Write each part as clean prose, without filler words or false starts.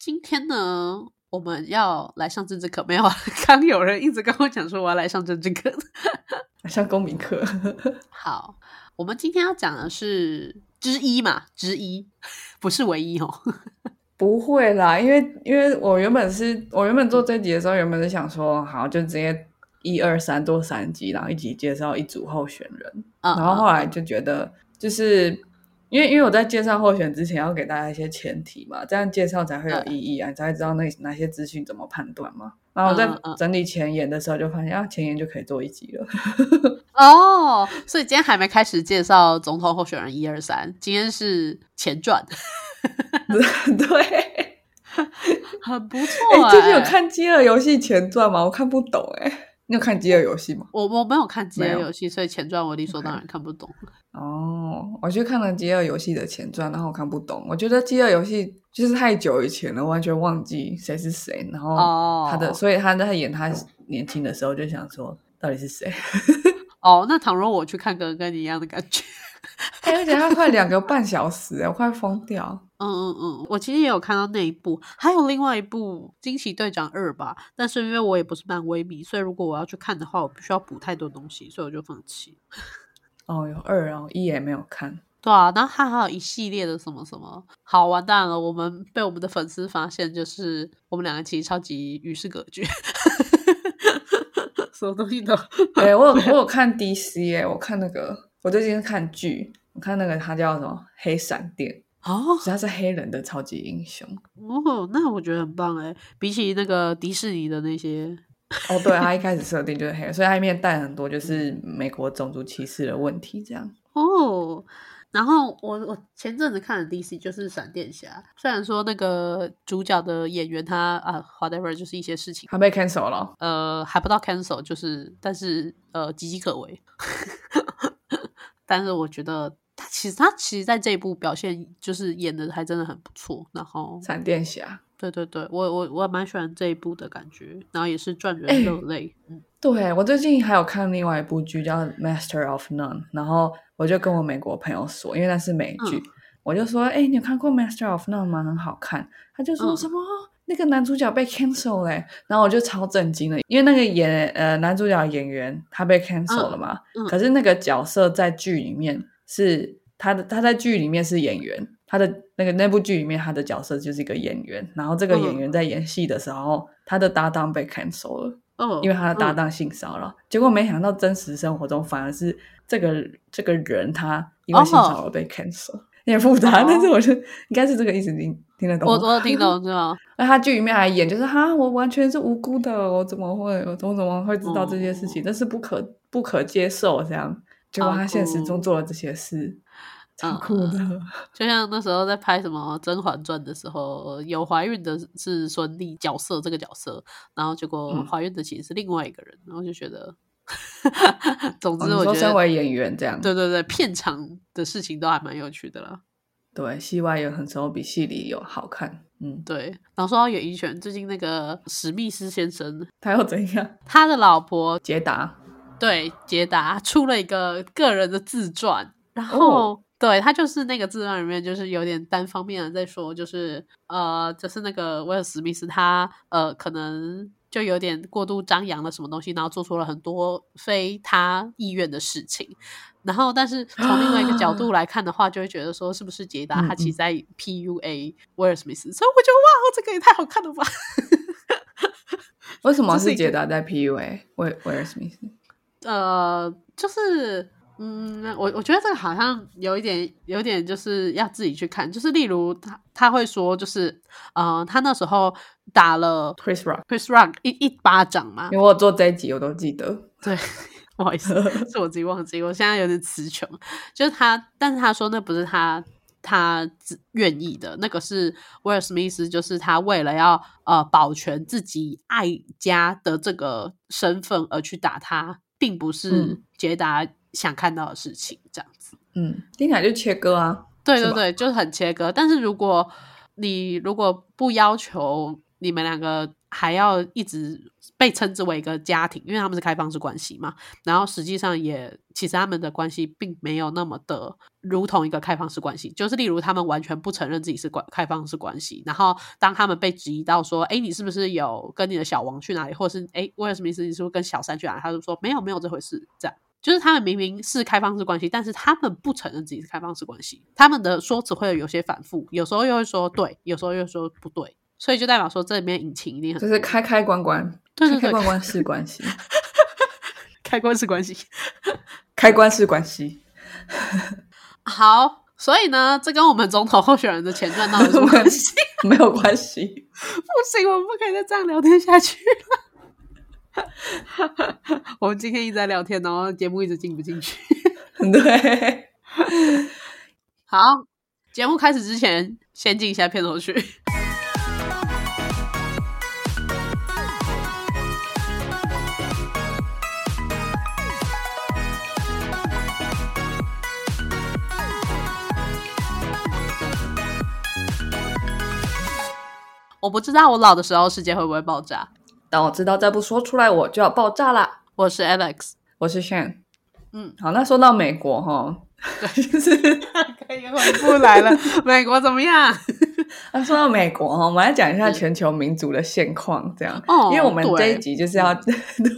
今天呢，我们要来上政治课，没有？刚有人一直跟我讲说我要来上政治课， 上公民课。 好，我们今天要讲的是之一嘛，之一不是唯一哦。 不会啦，因为我原本做这集的时候，原本是想说，好，就直接1、2、3做3集，然后一集介绍一组候选人，然后后来就觉得，就是因为我在介绍候选之前要给大家一些前提嘛，这样介绍才会有意义啊，你才会知道哪些资讯怎么判断嘛。然后我在整理前言的时候就发现前言就可以做一集了。 哦，所以今天还没开始介绍总统候选人1、2、3，今天是前传。 对， 很不错。 最近有看《饥饿游戏》前传吗？我看不懂你有看《饥饿游戏》吗？ 我没有看《饥饿游戏》，所以前传我理所当然看不懂。 我去看了《饥饿游戏》的前传，然后我看不懂。我觉得《饥饿游戏》就是太久以前了，完全忘记谁是谁。然后所以他在演他年轻的时候，就想说到底是谁。 那倘若我去看跟你一样的感觉。 而且他快2个半小时我快疯掉。 我其实也有看到那一部，还有另外一部《惊奇队长2》吧，但是因为我也不是漫威迷，所以如果我要去看的话，我必须要补太多东西，所以我就放弃。 有2哦，1也没有看。 对啊，然后它还有一系列的什么什么，好完蛋了，我们被我们的粉丝发现，就是我们两个其实超级与世隔绝。什么东西都我有看 DC 我看那个，我最近看剧，我看那个他叫什么黑闪电他是黑人的超级英雄那我觉得很棒比起那个迪士尼的那些对，他一开始设定就是黑人，所以他里面带很多就是美国种族歧视的问题这样然后我前阵子看的 DC 就是闪电侠，虽然说那个主角的演员他whatever 就是一些事情他被 cancel 了还不到 cancel 就是但是岌岌可危。但是我觉得他其实在这一部表现就是演的还真的很不错。然后闪电侠对，我蛮喜欢这一部的感觉，然后也是赚人热泪对，我最近还有看另外一部剧叫 Master of None， 然后我就跟我美国朋友说，因为那是美剧我就说你有看过 Master of None 吗？很好看。他就说什么那个男主角被 cancel 然后我就超震惊了，因为那个男主角演员他被 cancel 了嘛可是那个角色在剧里面是他在剧里面是演员，他的那部剧里面他的角色就是一个演员，然后这个演员在演戏的时候他的搭档被 cancel 了因为他的搭档性骚扰结果没想到真实生活中反而是这个人他因为性骚扰被 cancel有点复杂但是我觉得应该是这个意思，你听得懂吗？ 我听懂是吗？ 那他剧里面还演就是我完全是无辜的，我怎么会知道这些事情，这是不可接受这样。结果他现实中做了这些事超酷的就像那时候在拍什么《甄嬛传》的时候，有怀孕的是孙俪角色这个角色，然后结果怀孕的其实是另外一个人然后就觉得总之我觉得身为演员这样对片场的事情都还蛮有趣的啦。 对，戏外有很时候比戏里有好看对。然后说到演艺圈，最近那个史密斯先生他又怎样？ 他的老婆捷达出了一个个人的自传，然后对，他就是那个自传里面就是有点单方面的在说，就是就是那个威尔史密斯他可能就有点过度张扬了什么东西，然后做出了很多非他意愿的事情。然后但是从另外一个角度来看的话就会觉得说是不是捷达他其实在 PUA 威尔史密斯所以我觉得哇这个也太好看了吧。 为什么是捷达在 PUA 威尔史密斯？ 就是我觉得这个好像有一点就是要自己去看，就是例如他会说就是他那时候打了 Chris Rock 一巴掌嘛， 因为我做这一集我都记得。 对不好意思是我自己忘记，我现在有点词穷。就是但是他说那不是他愿意的，那个是威尔史密斯就是他为了要保全自己爱家的这个身份而去打他，并不是捷达想看到的事情这样子。 听起来就切割啊。 对，就是很切割。但是你如果不要求你们两个还要一直被称之为一个家庭，因为他们是开放式关系嘛，然后实际上也其实他们的关系并没有那么的如同一个开放式关系，就是例如他们完全不承认自己是开放式关系，然后当他们被质疑到说你是不是有跟你的小王去哪里，或是威尔史密斯你是不是跟小三去哪里，他就说没有这回事，这样就是他们明明是开放式关系，但是他们不承认自己是开放式关系，他们的说辞会有些反复，有时候又会说对，有时候又说不对，所以就代表说这里面隐情一定很多， 就是开关关， 对开关关式关系开关式关系开关式关系好，所以呢这跟我们总统候选人的前传到底有什么关系没有关系不行，我们不可以再这样聊天下去了我们今天一直在聊天，然后节目一直进不进去对， 好，节目开始之前先进一下片头曲我不知道我老的时候世界会不会爆炸， 但我知道再不说出来我就要爆炸啦。 我是 Alex， 我是 Shan。好，那说到美国哈，就是可以回复来了美国怎么样那说到美国哈，我们来讲一下全球民主的现况这样，因为我们这一集就是要对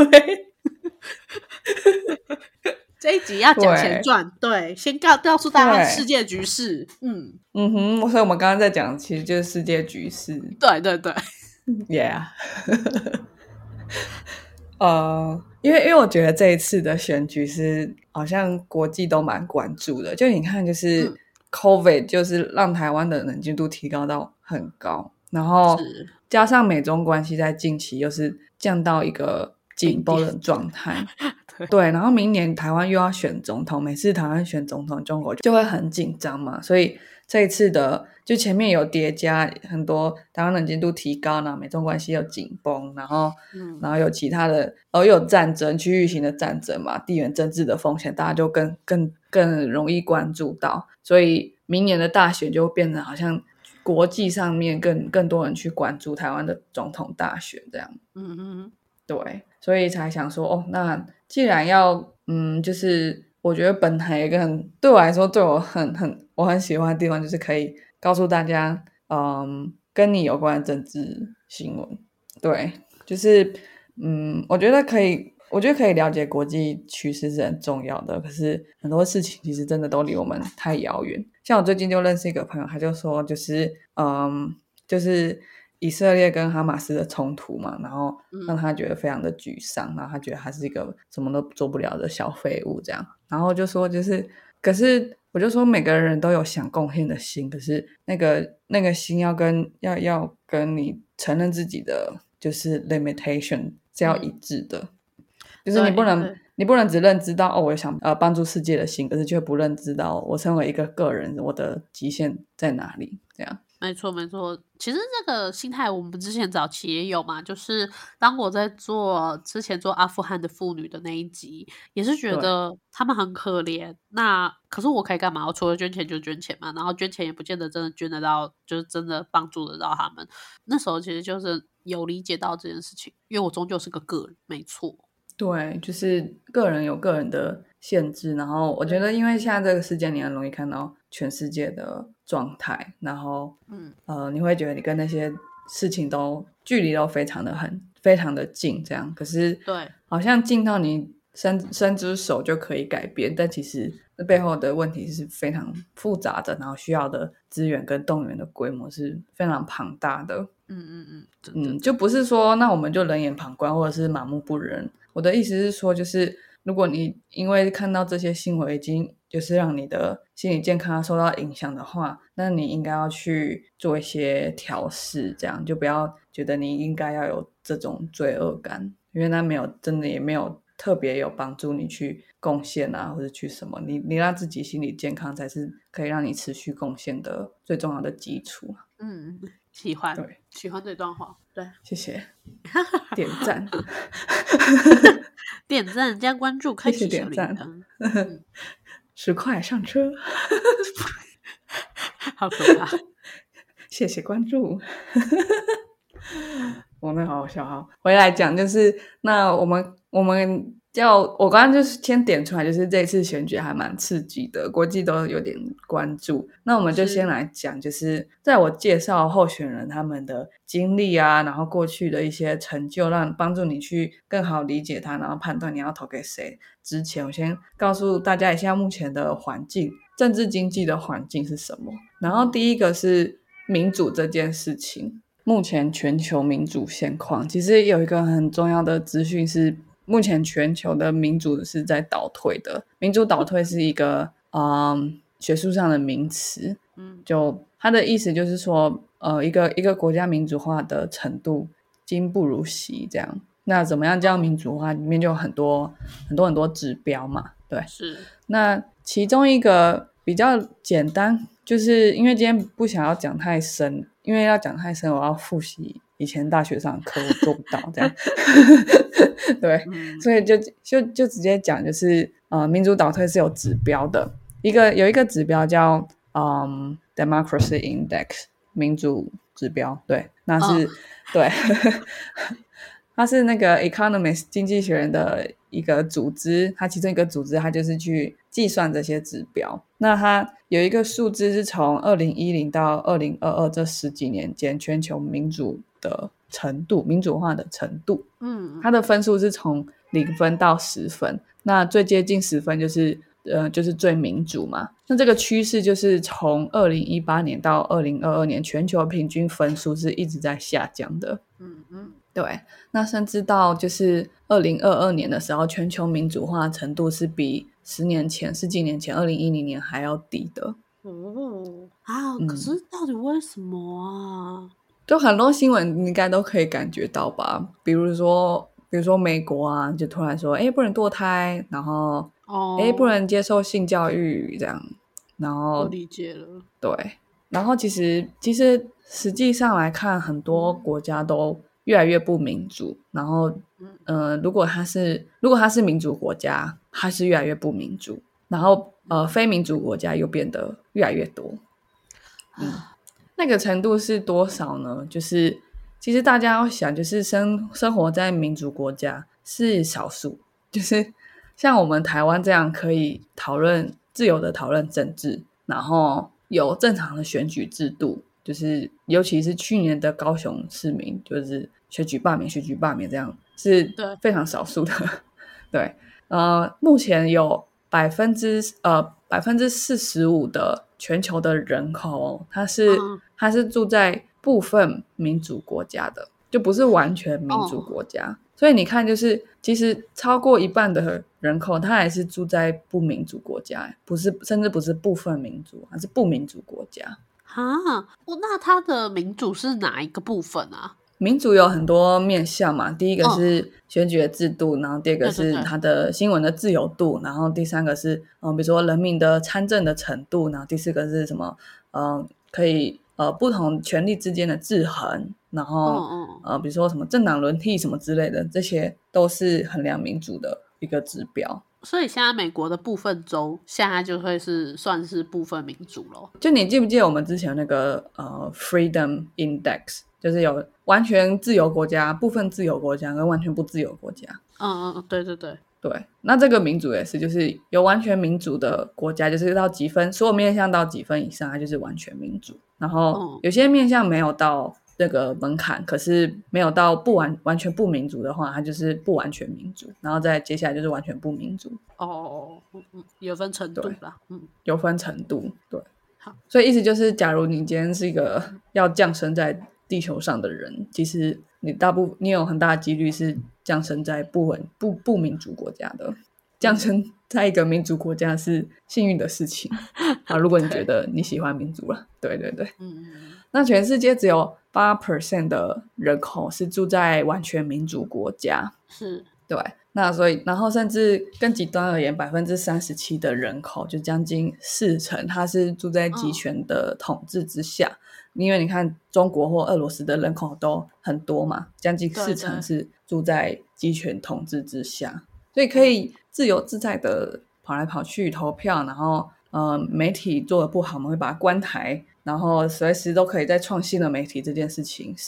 这一集要讲前传，对，先告诉大家世界局势。 所以我们刚刚在讲其实就是世界局势， 对 yeah 因为我觉得这一次的选举是好像国际都蛮关注的，就你看就是COVID 就是让台湾的能见度提高到很高，然后加上美中关系在近期又是降到一个紧绷的状态对，然后明年台湾又要选总统，每次台湾选总统中国就会很紧张嘛，所以这一次的就前面有叠加很多台湾能见度提高，然后美中关系又紧绷，然后有其他的又有战争，区域型的战争嘛，地缘政治的风险大家就更容易关注到，所以明年的大选就变得好像国际上面更多人去关注台湾的总统大选这样。对，所以才想说那既然要就是我觉得本台一个对我来说对我很喜欢的地方就是可以告诉大家跟你有关的政治新闻。对，就是我觉得可以了解国际趋势是很重要的，可是很多事情其实真的都离我们太遥远。像我最近就认识一个朋友，他就说就是以色列跟哈马斯的冲突嘛，然后让他觉得非常的沮丧，然后他觉得他是一个什么都做不了的小废物这样，然后就说可是我就说每个人都有想贡献的心，可是那个心要跟你承认自己的就是 limitation 是要一致的，就是你不能只认知到我想帮助世界的心，可是却不认知到我身为一个个人我的极限在哪里这样。 没错，其实这个心态我们之前早期也有嘛，就是当我在之前做阿富汗的妇女的那一集，也是觉得他们很可怜，那可是我可以干嘛？我除了捐钱就捐钱嘛，然后捐钱也不见得真的捐得到，就是真的帮助得到他们。那时候其实就是有理解到这件事情，因为我终究是个个人，没错。对， 就是个人有个人的限制，然后我觉得因为现在这个世界你很容易看到全世界的状态，然后你会觉得你跟那些事情距离都非常的近这样，可是对， 好像近到你伸只手就可以改变，但其实那背后的问题是非常复杂的，然后需要的资源跟动员的规模是非常庞大的。就不是说那我们就冷眼旁观或者是麻木不仁。我的意思是说，就是如果你因为看到这些新闻已经就是让你的心理健康受到影响的话，那你应该要去做一些调试，这样就不要觉得你应该要有这种罪恶感，因为那真的也没有特别有帮助你去贡献啊，或者去什么，你让自己心理健康才是可以让你持续贡献的最重要的基础。 喜欢这段话，对， 谢谢，点赞， 点赞加关注，开启小铃铛 ，10块上车， 好可怕， 谢谢关注。我那好好笑。好，回来讲就是那我们我刚刚就是先点出来，就是这次选举还蛮刺激的，国际都有点关注。那我们就先来讲，就是在我介绍候选人他们的经历啊，然后过去的一些成就，帮助你去更好理解他，然后判断你要投给谁之前，我先告诉大家一下目前的环境，政治经济的环境是什么。然后第一个是民主这件事情，目前全球民主现况，其实有一个很重要的资讯是，目前全球的民主是在倒退的。民主倒退是一个学术上的名词，就它的意思就是说一个国家民主化的程度今不如昔这样。那怎么样叫民主化，里面就有很多指标嘛，对， 是。那其中一个比较简单，就是因为今天不想要讲太深，因为要讲太深我要复习以前大学上的课，我做不到这样对，所以就直接讲，就是民主倒退是有指标的，有一个指标叫Democracy Index 民主指标，对，那是对它是那个 Economist 经济学人的一个组织，它其中一个组织它就是去计算这些指标。那它有一个数字是从2010到2022这10几年间全球民主的程度，民主化的程度，它的分数是从0分到10分，那最接近10分就是最民主嘛。那这个趋势就是从2018年到2022年全球平均分数是一直在下降的。对，那甚至到就是2022年的时候，全球民主化程度是比10几年前2010年还要低的。 可是到底为什么啊？ 就很多新闻你应该都可以感觉到吧，比如说美国啊，就突然说不能堕胎，然后不能接受性教育这样，然后我理解了。对， 然后其实实际上来看，很多国家都越来越不民主，然后如果它是民主国家，它是越来越不民主，然后非民主国家又变得越来越多。那个程度是多少呢？就是其实大家要想，就是生活在民主国家是少数，就是像我们台湾这样可以自由的讨论政治，然后有正常的选举制度，就是尤其是去年的高雄市民就是选举罢免这样是非常少数的。对，目前有45%的全球的人口它是住在部分民主国家的，就不是完全民主国家。所以你看，就是其实超过一半的人口它还是住在不民主国家，甚至不是部分民主，而是不民主国家。 那它的民主是哪一个部分啊？ 民主有很多面向嘛，第一个是选举的制度，然后第二个是它的新闻的自由度，然后第三个是比如说人民的参政的程度，然后第四个是什么可以不同权力之间的制衡，然后比如说什么政党轮替什么之类的，这些都是衡量民主的一个指标。 所以现在美国的部分州现在就会算是部分民主咯。 就你记不记得我们之前那个Freedom Index， 就是有完全自由国家、部分自由国家跟完全不自由国家。对，那这个民主也是，就是有完全民主的国家，就是到几分，所有面向到几分以上它就是完全民主，然后有些面向没有到这个门槛，可是没有到完全不民主的话，它就是不完全民主，然后再接下来就是完全不民主。 有分程度啦。 有分程度。对，好，所以意思就是假如你今天是一个要降生在地球上的人，其实你有很大的几率是降生在不民主国家的，降生在一个民主国家是幸运的事情。好，如果你觉得你喜欢民主了。对，那全世界只有8% 的人口是住在完全民主国家。 是， 对，那所以然后甚至更极端而言，37%的人口就将近40%它是住在集权的统治之下。因为你看中国或俄罗斯的人口都很多嘛，将近40%是住在集权统治之下，所以可以自由自在的跑来跑去投票，然后媒体做得不好我们会把它关台，然后随时都可以再创新的媒体，这件事情是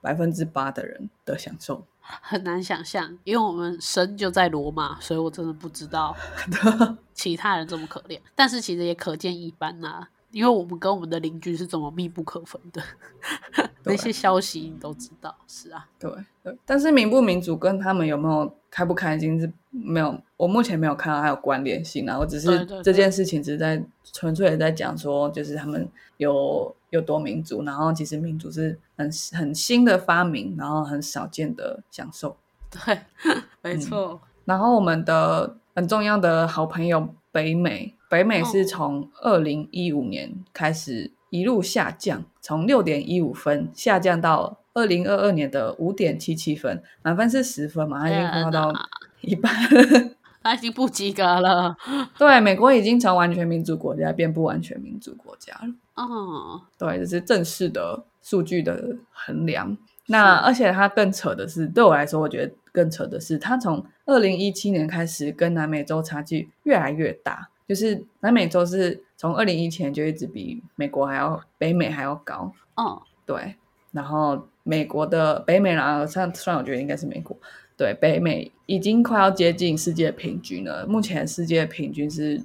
8%的人的享受。 很难想象，因为我们生就在罗马，所以我真的不知道其他人这么可怜。但是其实也可见一斑啊，因为我们跟我们的邻居是这么密不可分的那些消息你都知道。是啊， 对，但是民不民主跟他们有没有开不开心是没有，我目前没有看到还有关联性啊。我只是这件事情只是在纯粹的在讲说，就是他们有多民主，然后其实民主是很新的发明，然后很少见的享受。 对，没错。 然后我们的很重要的好朋友北美是从2015年开始一路下降，从6.15分下降到2022年的5.77分，满分是10分嘛，它已经降到一半他已经不及格了。 对，美国已经从完全民主国家变不完全民主国家了。对，这是正式的数据的衡量。那而且它更扯的是，对我来说我觉得更扯的是，它从2017年开始跟南美洲差距越来越大，就是南美洲是从2017年就一直比北美还要高。对，然后美国的北美啦，虽然我觉得应该是美国，对，北美已经快要接近世界平均了。目前世界平均是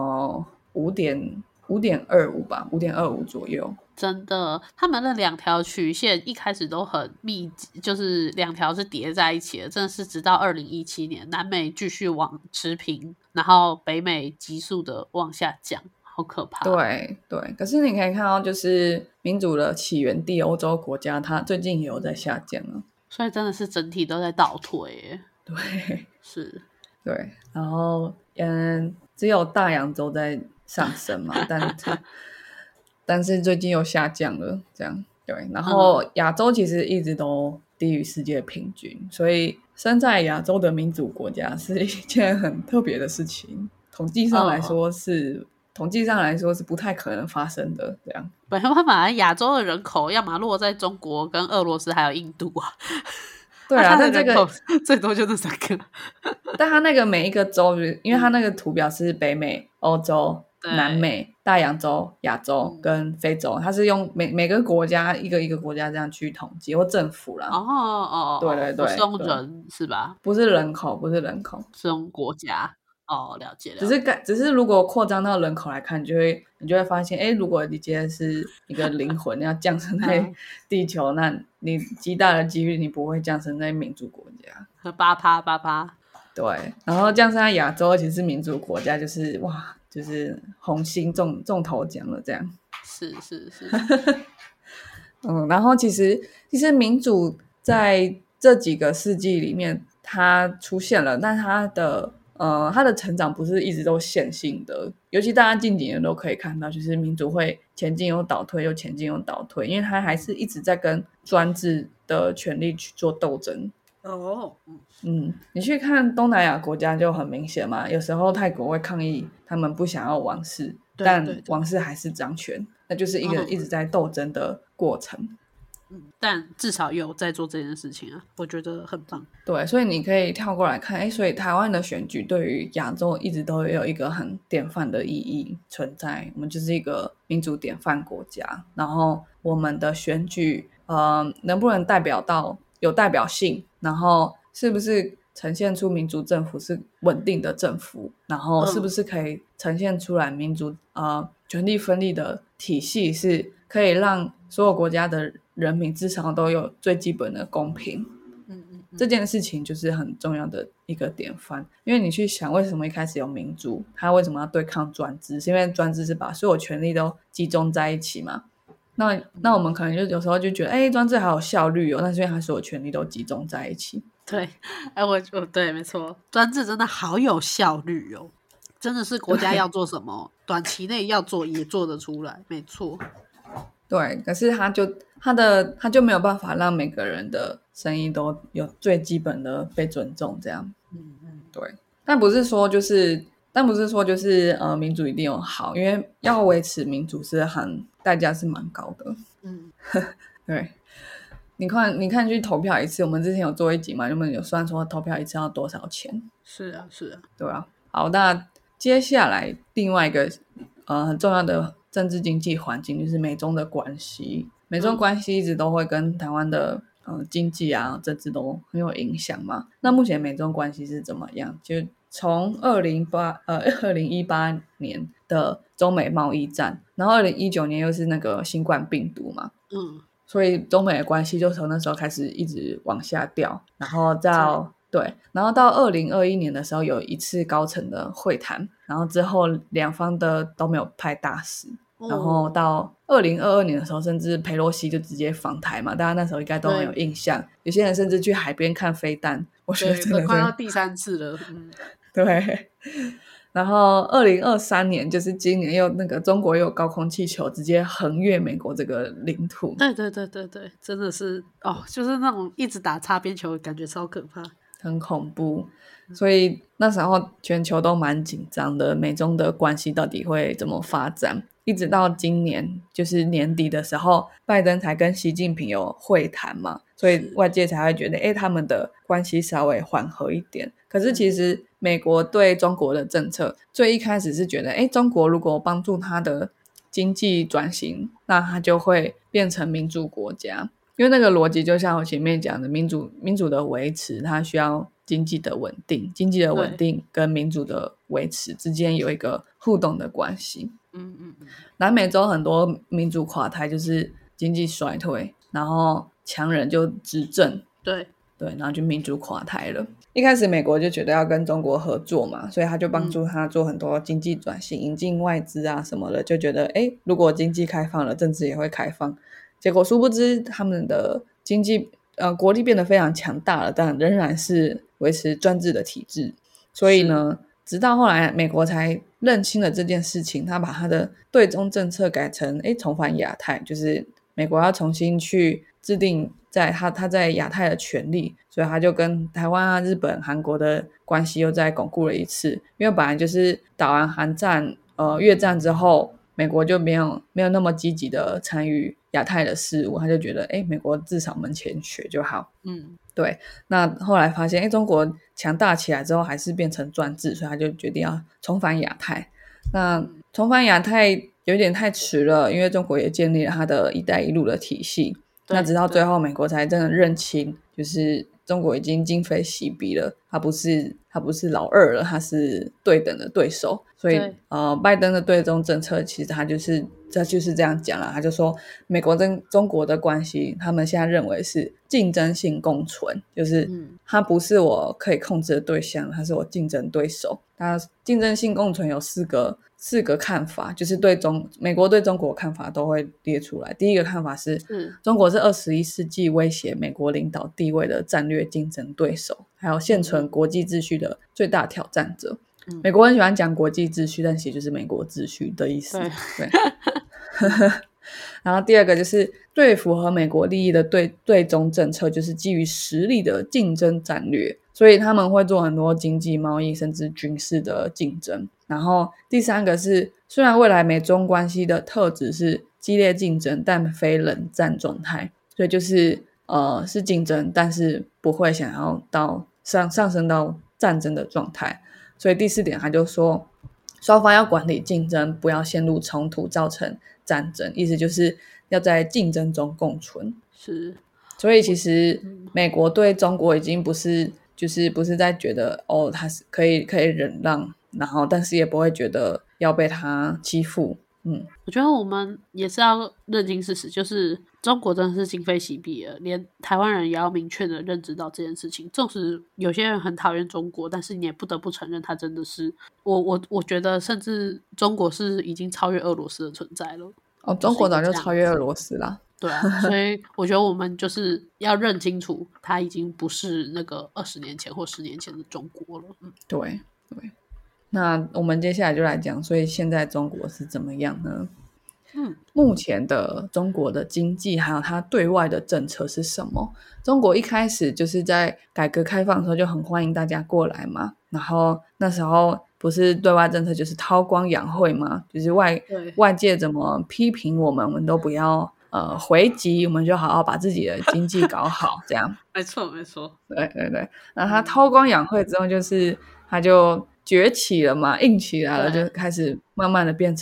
5.25吧，5.25左右。 真的，他们那2条曲线一开始都很密集，就是2条是叠在一起的，真的是直到2017年，南美继续往持平，然后北美急速的往下降，好可怕。 对，可是你可以看到，就是民主的起源地欧洲国家，它最近也有在下降了， 所以真的是整体都在倒退耶。 对， 是， 对，然后只有大洋洲在上升嘛，但是最近又下降了，这样。对，然后亚洲其实一直都低于世界平均，所以身在亚洲的民主国家是一件很特别的事情，统计上来说是不太可能发生的，这样。 没办法，亚洲的人口要么落在中国跟俄罗斯还有印度啊。 对啊，但这个最多就这3个。 但它那个每一个州，因为它那个图表是北美、欧洲、南美、大洋洲、亚洲跟非洲，它是用每个国家一个国家这样去统计，或政府啦。对， 不是用人是吧？ 不是人口， 是用国家。了解。 只是如果扩张到人口来看，你就会发现，如果你今天是一个灵魂要降生在地球，那你极大的几率你不会降生在民主国家。 8%。 对，然后降生在亚洲，而且是民主国家，就是哇，就是红心中头奖了，这样。 是。 然后其实民主在这几个世纪里面它出现了，但它的成长不是一直都线性的，尤其大家近几年都可以看到，就是民主会前进又倒退，又前进又倒退，因为它还是一直在跟专制的权力去做斗争。你去看东南亚国家就很明显嘛，有时候泰国会抗议他们不想要王室，但王室还是掌权，那就是一个一直在斗争的过程。 但至少有在做这件事情啊，我觉得很棒。 对，所以你可以跳过来看，所以台湾的选举对于亚洲一直都有一个很典范的意义存在，我们就是一个民主典范国家，然后我们的选举能不能有代表性，然后是不是呈现出民主政府是稳定的政府，然后是不是可以呈现出来民主权力分立的体系，是可以让所有国家的人民至少都有最基本的公平。这件事情就是很重要的一个典范，因为你去想为什么一开始有民主，它为什么要对抗专制，是因为专制是把所有权力都集中在一起嘛。那我们可能就有时候就觉得专制好有效率哦，那是因为它所有权力都集中在一起。 对，对，没错，专制真的好有效率哦，真的是国家要做什么短期内要做也做得出来，没错。 对，可是他就没有办法让每个人的声音都有最基本的被尊重，这样。对，但不是说就是民主一定有好，因为要维持民主是代价是蛮高的。对，你看去投票一次，我们之前有做一集嘛，我们有算说投票一次要多少钱。 是啊， 对啊。好，那接下来另外一个很重要的政治经济环境就是美中的关系。美中关系一直都会跟台湾的经济啊、政治都很有影响嘛。那目前美中关系是怎么样？就从2018年的中美贸易战，然后2019年又是那个新冠病毒嘛，所以中美的关系就从那时候开始一直往下掉，然后然后到2021年的时候有一次高层的会谈，然后之后两方都没有派大使，然后到2022年的时候，甚至裴洛西就直接访台嘛，大家那时候应该都很有印象。有些人甚至去海边看飞弹，我觉得真的快要第3次了。 对。然后2023年就是今年又那个中国又有高空气球直接横越美国这个领土。 对，真的是就是那种一直打擦边球，感觉超可怕， 很恐怖。所以那时候全球都蛮紧张的，美中的关系到底会怎么发展，一直到今年就是年底的时候，拜登才跟习近平有会谈嘛，所以外界才会觉得他们的关系稍微缓和一点。可是其实美国对中国的政策最一开始是觉得中国如果帮助他的经济转型，那他就会变成民主国家，因为那个逻辑就像我前面讲的，民主的维持它需要经济的稳定，经济的稳定跟民主的维持之间有一个互动的关系。南美洲很多民主垮台就是经济衰退，然后强人就执政，对，然后就民主垮台了。一开始美国就觉得要跟中国合作嘛，所以他就帮助他做很多经济转型，引进外资啊什么的，就觉得如果经济开放了，政治也会开放。结果殊不知他们的经济国力变得非常强大了，但仍然是维持专制的体制。所以呢，直到后来美国才认清了这件事情，他把他的对中政策改成重返亚太，就是美国要重新去制定他在亚太的权利，所以他就跟台湾啊、日本、韩国的关系又再巩固了一次。因为本来就是打完韩战越战之后，美国就没有那么积极的参与亚太的事务，他就觉得美国至少门前雪就好。对。那后来发现中国强大起来之后还是变成专制，所以他就决定要重返亚太。那重返亚太有点太迟了，因为中国也建立了他的一带一路的体系。那直到最后美国才真的认清，就是中国已经今非昔比了，他不是老二了，他是对等的对手。所以拜登的对中政策其实他就是这样讲了，他就说美国跟中国的关系他们现在认为是竞争性共存，就是他不是我可以控制的对象，他是我竞争对手。那竞争性共存有四个看法，就是美国对中国看法都会列出来。第一个看法是中国是21世纪威胁美国领导地位的战略竞争对手，还有现存国际秩序的最大挑战者。美国很喜欢讲国际秩序，但其实就是美国秩序的意思。对然后第二个就是最符合美国利益的对中政策，就是基于实力的竞争战略，所以他们会做很多经济贸易甚至军事的竞争。然后第三个是虽然未来美中关系的特质是激烈竞争，但非冷战状态，所以就是是竞争，但是不会想要到上升到战争的状态。所以第四点他就说双方要管理竞争，不要陷入冲突造成战争，意思就是要在竞争中共存。是，所以其实美国对中国已经不是在觉得他是可以忍让，然后但是也不会觉得要被他欺负。 我觉得我们也是要认清事实，就是中国真的是今非昔比了，连台湾人也要明确的认知到这件事情。纵使有些人很讨厌中国，但是你也不得不承认它真的是我觉得甚至中国是已经超越俄罗斯的存在了。 中国早就超越俄罗斯啦。 对啊，所以我觉得我们就是要认清楚它已经不是那个20年前或10年前的中国了。 对。那我们接下来就来讲，所以现在中国是怎么样呢？目前的中国的经济还有它对外的政策是什么？中国一开始就是在改革开放的时候就很欢迎大家过来嘛，然后那时候不是对外政策就是韬光养晦嘛，就是外界怎么批评我们都不要回击，我们就好好把自己的经济搞好这样。 没错。 对。然后他韬光养晦之后，就是他就崛起了嘛，硬起来了，就开始慢慢的变成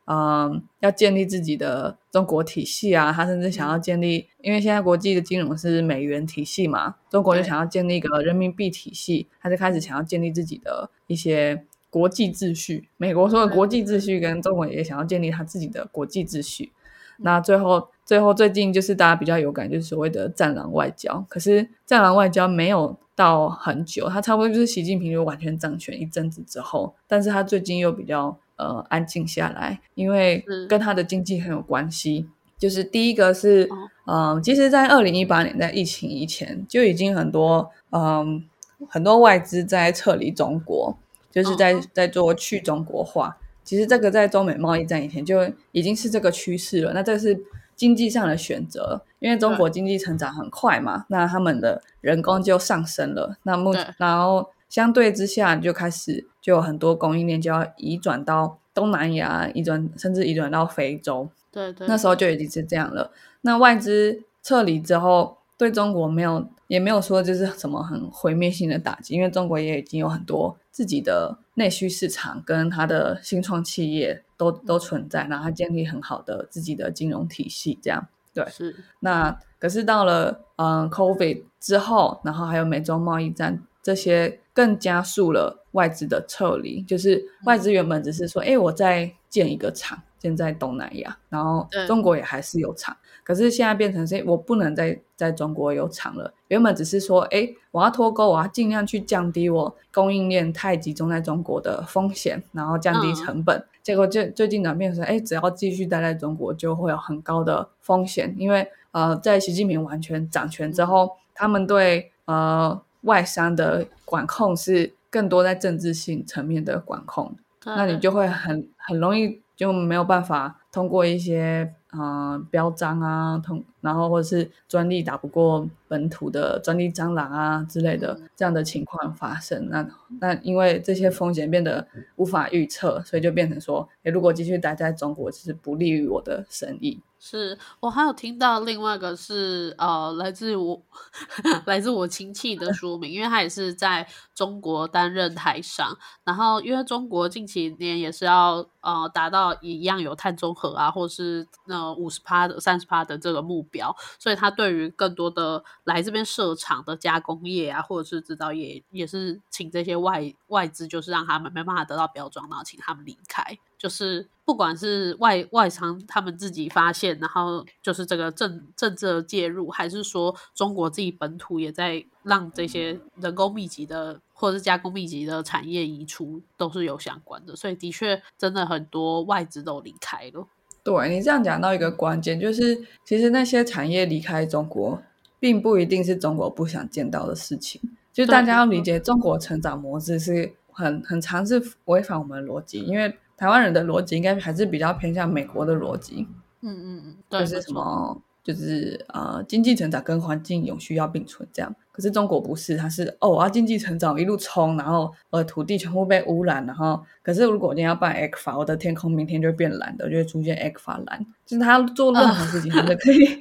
要建立自己的中国体系啊，他甚至想要建立，因为现在国际的金融是美元体系嘛，中国就想要建立一个人民币体系，他就开始想要建立自己的一些国际秩序。美国说的国际秩序跟中国也想要建立他自己的国际秩序。那最近就是大家比较有感，就是所谓的战狼外交。可是战狼外交没有到很久，他差不多就是习近平就完全掌权一阵子之后，但是他最近又比较安静下来，因为跟他的经济很有关系。就是第一个是其实在2018年在疫情以前就已经很多外资在撤离中国，就是在做去中国化。其实这个在中美贸易战以前就已经是这个趋势了，那这是经济上的选择，因为中国经济成长很快嘛，那他们的人工就上升了，然后相对之下就有很多供应链就要移转到东南亚，甚至移转到非洲。 对， 那时候就已经是这样了。那外资撤离之后，对中国也没有说就是什么很毁灭性的打击，因为中国也已经有很多自己的内需市场跟它的新创企业都存在，然后它建立很好的自己的金融体系，这样。对， 是。 那可是到了COVID 之后，然后还有美中贸易战，这些更加速了外资的撤离。就是外资原本只是说我在建一个厂，建在东南亚，然后中国也还是有厂，可是现在变成是我不能再在中国有厂了。原本只是说我要脱钩，我要尽量去降低我供应链太集中在中国的风险，然后降低成本。结果最近转变成只要继续待在中国就会有很高的风险，因为在习近平完全掌权之后，他们对外商的管控是更多在政治性层面的管控，那你就会很容易就没有办法通过一些标章啊，然后或者是专利打不过本土的专利蟑螂啊之类的这样的情况发生。那因为这些风险变得无法预测，所以就变成说如果继续待在中国就是不利于我的生意。 是，我还有听到另外一个是来自我亲戚的说明，因为他也是在中国担任台商，然后因为中国近几年也是要达到一样有碳中和啊，或是50%的30%的这个目标，所以他对于更多的来这边设厂的加工业啊，或者是制造业，也是请这些外资，就是让他们没办法得到标准，然后请他们离开。就是不管是外商他们自己发现，然后就是这个政治介入，还是说中国自己本土也在让这些人工密集的或者是加工密集的产业移出，都是有相关的。所以的确真的很多外资都离开了。 对，你这样讲到一个关键，就是其实那些产业离开中国并不一定是中国不想见到的事情，就是大家要理解中国成长模式是很常是违反我们的逻辑，因为台湾人的逻辑应该还是比较偏向美国的逻辑。 对， 就是什么就是经济成长跟环境永续要并存这样。可是中国不是，它是我要经济成长一路冲，然后土地全部被污染，然后可是如果我今天要办 ECFA， 我的天空明天就会变蓝的，就会出现 ECFA 蓝，就是他做任何事情他都可以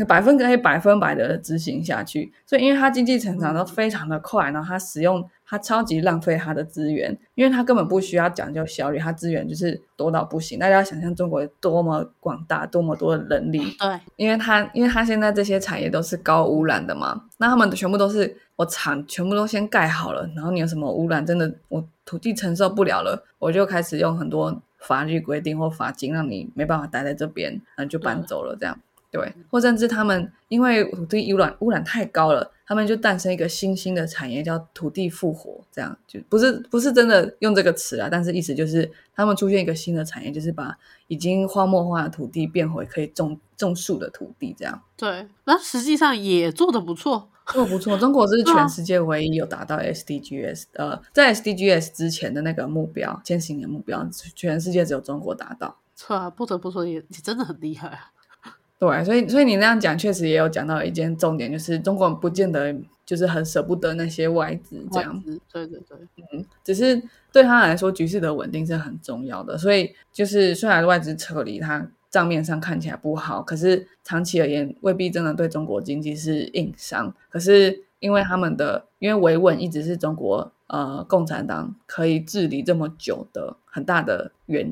100%的执行下去。所以因为他经济成长都非常的快，然后他超级浪费他的资源，因为他根本不需要讲究效率，他资源就是多到不行。大家要想象中国多么广大，多么多的人力。 对， 因为他现在这些产业都是高污染的嘛，那他们全部都是我厂全部都先盖好了，然后你有什么污染真的我土地承受不了了，我就开始用很多法律规定或罚金让你没办法待在这边，然后就搬走了这样。对，或甚至他们因为土地污染太高了，他们就诞生一个新兴的产业叫土地复活，这样就不是真的用这个词啦，但是意思就是他们出现一个新的产业，就是把已经荒漠化的土地变回可以种树的土地这样。 对，那实际上也做得不错。 做得不错，中国是全世界唯一有达到 SDGs 在 SDGs 之前的那个目标，千禧年目标，全世界只有中国达到。 错啊，不得不说也真的很厉害啊。 对，所以你那样讲确实也有讲到一件重点，就是中国人不见得就是很舍不得那些外资这样。 对， 只是对他来说局势的稳定是很重要的，所以就是虽然外资撤离他账面上看起来不好，可是长期而言未必真的对中国经济是硬伤。可是因为维稳一直是中国共产党可以治理这么久的很大的原因，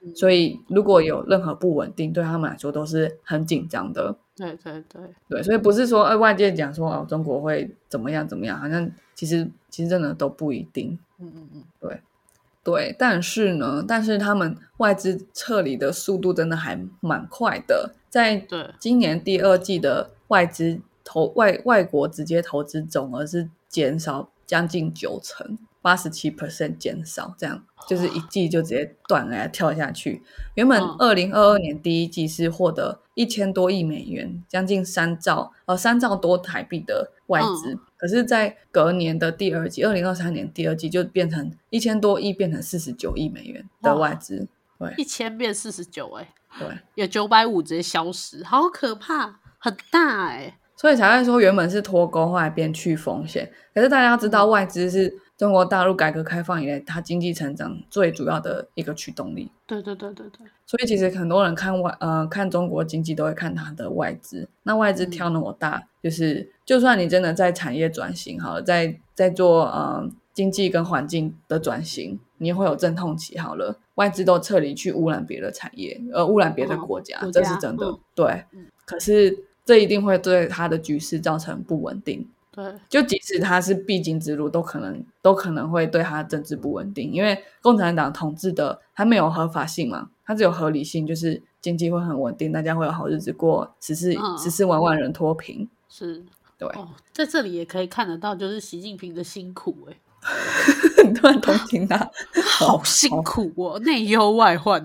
所以如果有任何不稳定，对他们来说都是很紧张的。 对对对对，所以不是说外界讲说中国会怎么样怎么样，好像其实真的都不一定。对，但是他们外资撤离的速度真的还蛮快的，在今年第二季的外资外国直接投资总额是减少将近90%，87% 减少，这样就是一季就直接断了跳下去。原本2022年第一季是获得1000多亿美元，将近3兆多台币的外资，可是在隔年的第二季2023年第二季就变成1000多亿变成49亿美元的外资。对 ，1000变49 对， 有950直接消失，好可怕，很大所以才会说原本是脱钩，后来变去风险。可是大家要知道，外资是中国大陆改革开放以来它经济成长最主要的一个驱动力。 对。 所以其实很多人看中国经济都会看它的外资。那外资挑那么大，就算你真的在产业转型好了，在做经济跟环境的转型，你也会有阵痛期好了，外资都撤离去污染别的产业，污染别的国家，这是真的。对，可是这一定会对它的局势造成不稳定。 对， 就即使它是必经之路，都可能会对它的政治不稳定，因为共产党统治的它没有合法性嘛，它只有合理性，就是经济会很稳定，大家会有好日子过，14万人脱贫。 是， 对在这里也可以看得到，就是习近平的辛苦你突然同情他， 好辛苦内忧外患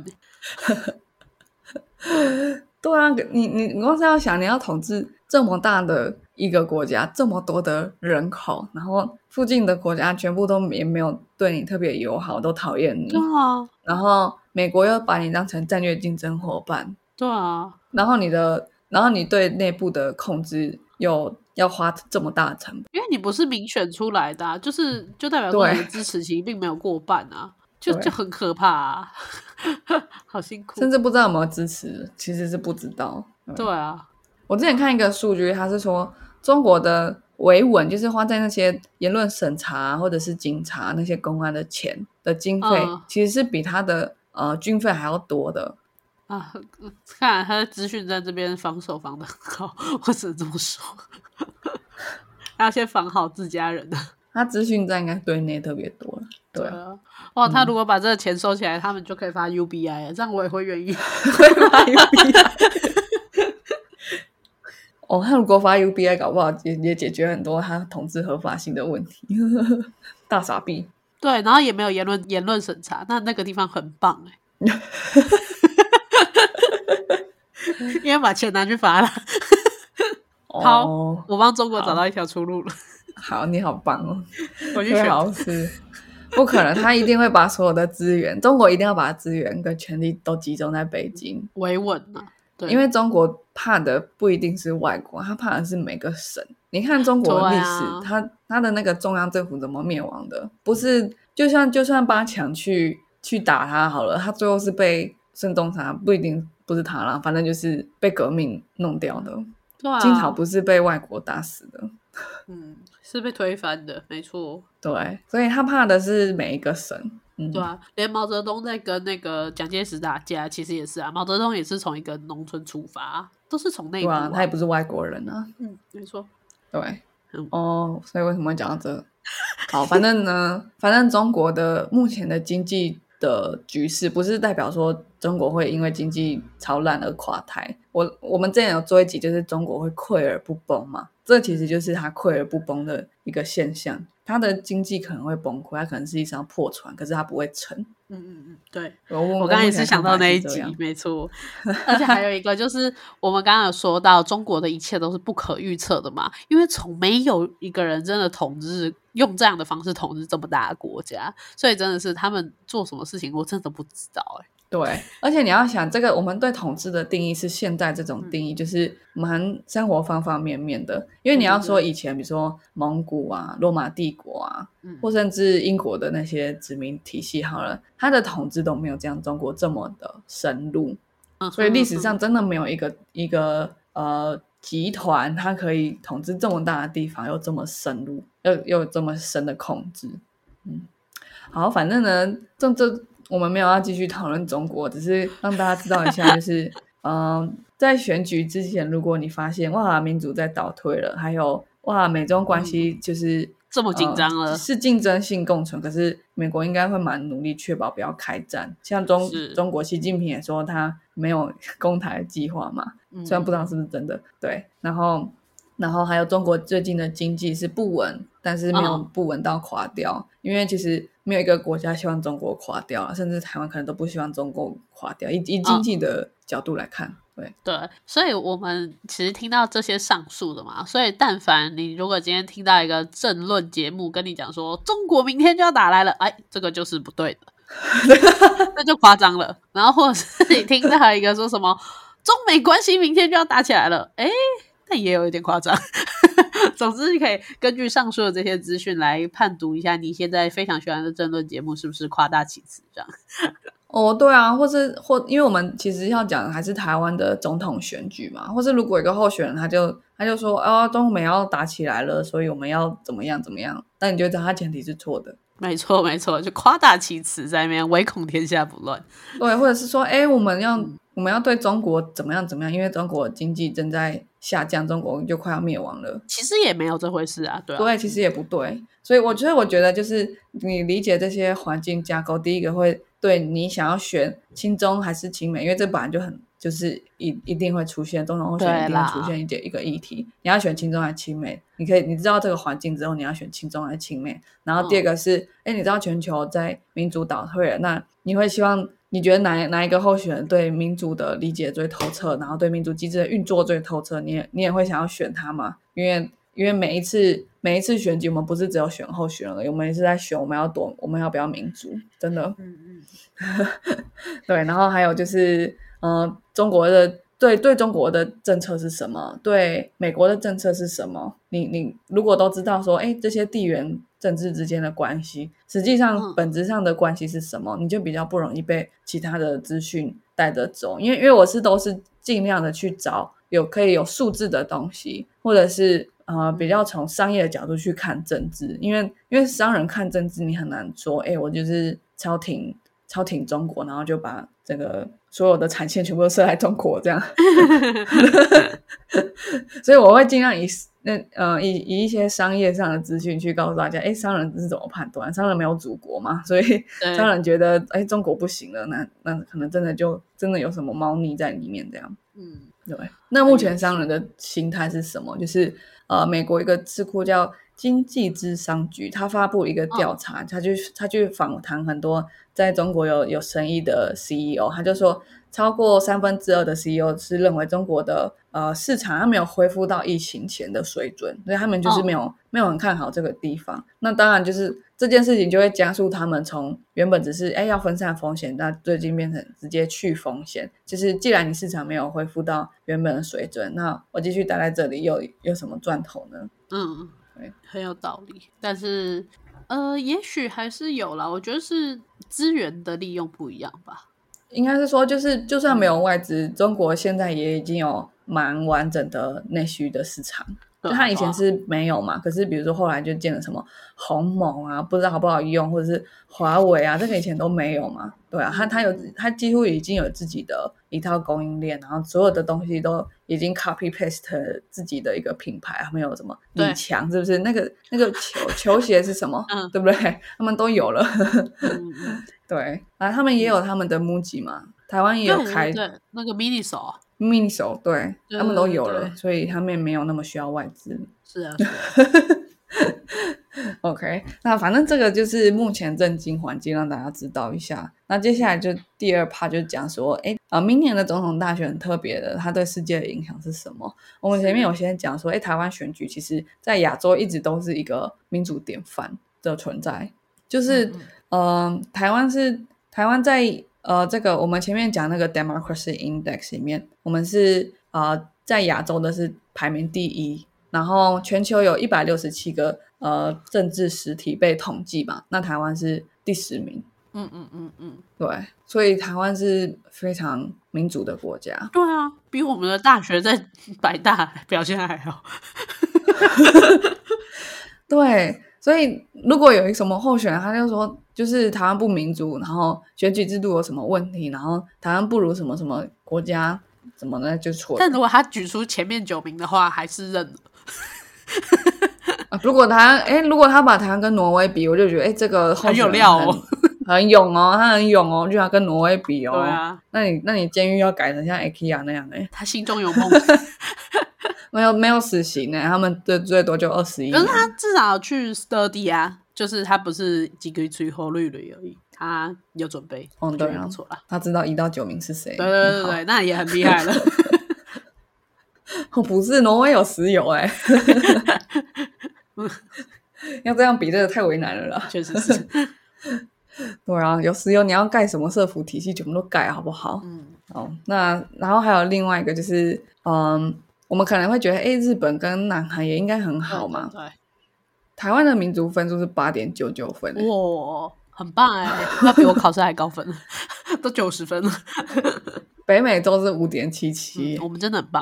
对啊，你光是要想，你要统治这么大的一个国家，这么多的人口，然后附近的国家全部都也没有对你特别友好，都讨厌你。 对啊， 然后美国又把你当成战略竞争伙伴。 对啊， 然后你对内部的控制又要花这么大的成本， 因为你不是民选出来的就代表说你的支持其实并没有过半就很可怕好辛苦， 甚至不知道有没有支持，其实是不知道。 对啊， 我之前看一个数据，他是说中国的维稳就是花在那些言论审查或者是警察那些公安的钱的经费，其实是比他的军费还要多的看来他的资讯在这边防守防得很好，我只能这么说他要先防好自家人他资讯站应该对内特别多了。对啊， 哇，他如果把这个钱收起来，他们就可以发 UBI 了，这样我也会愿意会发 UBI 他如果发 UBI 搞不好也解决很多他统治合法性的问题大傻逼。 对，然后也没有言论审查，那个地方很棒因为把钱拿去发了好，我帮中国找到一条出路了。 好，你好棒我去选好事不可能，他一定会把所有的资源，中国一定要把资源跟权力都集中在北京， 维稳对， 因为中国怕的不一定是外国，他怕的是每个省。你看中国的历史，他的那个中央政府怎么灭亡的？不是就算八强去打他好了，他最后是被孙中山，不一定不是他啦，反正就是被革命弄掉的。金朝不是被外国打死的， 是被推翻的，没错。 对，所以他怕的是每一个省。 对啊，连毛泽东在跟那个蒋介石打架，其实也是毛泽东也是从一个农村出发，都是从内部他也不是外国人没错。 对，所以为什么会讲到这？好，反正中国的目前的经济的局势不是代表说中国会因为经济超烂而垮台。我们之前有做一集就是中国会溃而不崩嘛，这其实就是它溃而不崩的一个现象。它的经济可能会崩溃，它可能是一艘破船，可是它不会沉。 对，我刚才也是想到那一集，没错。而且还有一个就是我们刚刚有说到中国的一切都是不可预测的嘛，因为从没有一个人真的用这样的方式统治这么大的国家，所以真的是他们做什么事情我真的不知道对，而且你要想这个我们对统治的定义是现在这种定义，就是蛮生活方方面面的。因为你要说以前比如说蒙古啊、罗马帝国啊，或甚至英国的那些殖民体系好了，它的统治都没有像中国这么的深入，所以历史上真的没有一个集团它可以统治这么大的地方又这么深入又有这么深的控制。好，反正呢我们没有要继续讨论中国，只是让大家知道一下，就是在选举之前，如果你发现哇民主在倒退了，还有哇美中关系就是这么紧张了， 是竞争性共存，可是美国应该会蛮努力确保不要开战。像中国习近平也说他没有攻台的计划嘛，虽然不知道是不是真的。对，然后还有中国最近的经济是不稳，但是没有不稳到垮掉，因为其实没有一个国家希望中国垮掉，甚至台湾可能都不希望中国垮掉，以经济的角度来看。 对，所以我们其实听到这些上述的嘛，所以但凡你如果今天听到一个政论节目跟你讲说中国明天就要打来了，哎，这个就是不对的那就夸张了。然后或者是你听到一个说什么中美关系明天就要打起来了，哎，那也有一点夸张总之你可以根据上述的这些资讯来判读一下你现在非常喜欢的政论节目是不是夸大其词这样对啊，因为我们其实要讲的还是台湾的总统选举嘛，或是如果有一个候选人他就说中美要打起来了，所以我们要怎么样怎么样，那你就知道他前提是错的。 没错没错，就夸大其词在那边唯恐天下不乱。 对，或者是说我们要对中国怎么样怎么样，因为中国经济正在下降，中国就快要灭亡了。 其实也没有这回事啊。 对，其实也不对。所以我觉得就是你理解这些环境架构，第一个会对你想要选亲中还是亲美，因为这本来就就是一定会出现，总统候选人一定会出现一个议题，你要选亲中还是亲美，你知道这个环境之后，你要选亲中还是亲美。然后第二个是你知道全球在民主倒退了，那你会希望你觉得哪一个候选人对民主的理解最透彻，然后对民主机制的运作最透彻，你也会想要选他吗？因为每一次选举我们不是只有选候选人，我们也是在选我们要不要民主，真的。对，然后还有就是中国的对中国的政策是什么，对美国的政策是什么，你如果都知道说这些地缘政治之间的关系实际上本质上的关系是什么，你就比较不容易被其他的资讯带着走。因为我都是尽量的去找可以有数字的东西，或者是比较从商业的角度去看政治，因为商人看政治你很难说我就是超挺中国，然后就把这个所有的产线全部都设在中国这样所以我会尽量以一些商业上的资讯去告诉大家商人是怎么判断，商人没有祖国嘛，所以商人觉得中国不行了，那可能真的有什么猫腻在里面这样。对。那目前商人的心态是什么？就是美国一个智库叫经济智商局，他发布一个调查，他去访谈很多在中国有生意的 CEO， 他就说超过2/3的 CEO 是认为中国的市场它没有恢复到疫情前的水准，所以他们就是没有很看好这个地方。那当然就是这件事情就会加速他们从原本只是要分散风险，那最近变成直接去风险，就是既然你市场没有恢复到原本的水准，那我继续待在这里有什么赚头呢？ 对，很有道理。但是也许还是有啦，我觉得是资源的利用不一样吧。 应该是说就算没有外资，中国现在也已经有蛮完整的内需的市场，就它以前是没有嘛，可是比如说后来就建了什么鸿蒙啊，不知道好不好用，或者是华为啊，这个以前都没有嘛。对啊，它几乎已经有自己的一套供应链，然后所有的东西都已经 copy paste 自己的一个品牌，他们有什么李强是不是？那个球鞋是什么？对不对？他们都有了。对啊，他们也有他们的 MUJI 嘛，台湾也有开对那个 Miniso， 对，他们都有了，所以他们没有那么需要外资。 是啊 OK， 那反正这个就是目前政经环境，让大家知道一下。那接下来就第二 part 就讲说明年的总统大选很特别的，它对世界的影响是什么。我们前面有先讲说台湾选举其实在亚洲一直都是一个民主典范的存在，就是台湾在这个我们前面讲那个 Democracy Index 里面，我们是在亚洲的是排名第1，然后全球有167个政治实体被统计嘛，那台湾是第10名。对，所以台湾是非常民主的国家。 对啊，比我们的大学在北大表现还好。 对， 所以如果有一个什么候选人，他就说就是台湾不民主，然后选举制度有什么问题，然后台湾不如什么什么国家怎么呢，就错了。 但如果他举出前面9名的话，还是认了。 如果他把台湾跟挪威比，我就觉得这个候选人很有料哦， 很勇哦，他很勇哦，就要跟挪威比哦。 对啊， 那你监狱要改成像 IKEA 那样他心中有梦。 没有死刑呢，他们最多就21年。 可是他至少去 study 啊，就是他不是几个吹后绿绿而已，他有准备。 对啊， 不错啦， 他知道1到9名是谁。 对，那也很厉害了。 不是，挪威有石油要这样比这个太为难了啦。 确实是。 对啊，有石油你要盖什么社福体系全部都盖好不好？那然后还有另外一个就是我们可能会觉得日本跟南韩也应该很好嘛。 对， 台湾的民族分数是8.99分。 哇，很棒那比我考试还高分。都90分了。 北美洲是5.77。 我们真的很棒。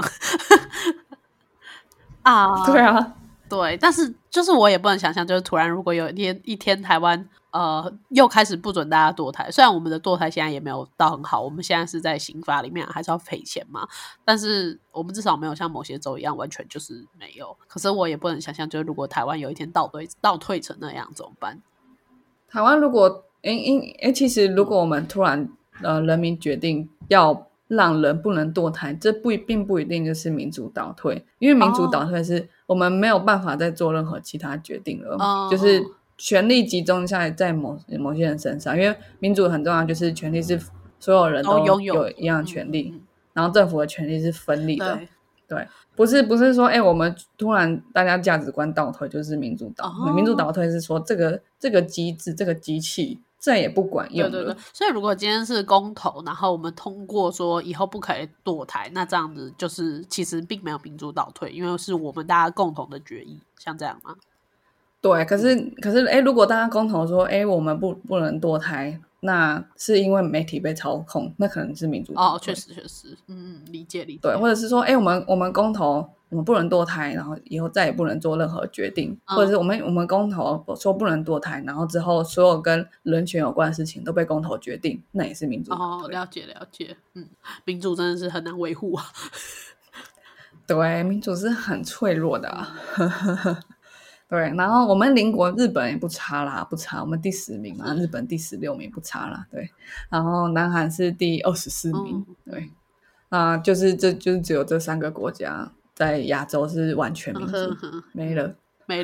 对啊， 对，但是就是我也不能想象，就是突然如果有一天台湾又开始不准大家堕胎，虽然我们的堕胎现在也没有到很好，我们现在是在刑法里面还是要赔钱嘛，但是我们至少没有像某些州一样完全就是没有。可是我也不能想象，就是如果台湾有一天倒退成那样怎么办？ 台湾如果其实如果我们突然人民决定要让人不能堕胎，这并不一定就是民主倒退，因为民主倒退是我们没有办法再做任何其他决定了，就是权力集中下来在某些人身上，因为民主很重要，就是权力是所有人都有一样的权利，然后政府的权力是分立的。对，不是说我们突然大家价值观倒退就是民主倒退，民主倒退是说这个机制这个机器再也不管用了。 对，所以如果今天是公投，然后我们通过说以后不可以堕胎，那这样子就是其实并没有民主倒退，因为是我们大家共同的决议，像这样吗？ 对，可是如果大家公投说我们不能堕胎，那是因为媒体被操控，那可能是民主倒退。 确实，理解。 对，或者是说我们公投我们不能堕胎，然后以后再也不能做任何决定，或者是我们公投说不能堕胎，然后之后所有跟人权有关的事情都被公投决定，那也是民主倒退。 了解。民主真的是很难维护啊。 对，民主是很脆弱的对，然后我们邻国日本也不差啦，我们第10名嘛，日本第16名不差啦。对，然后南韩是第24名。对，就是只有这3个国家在亚洲是完全民主。没了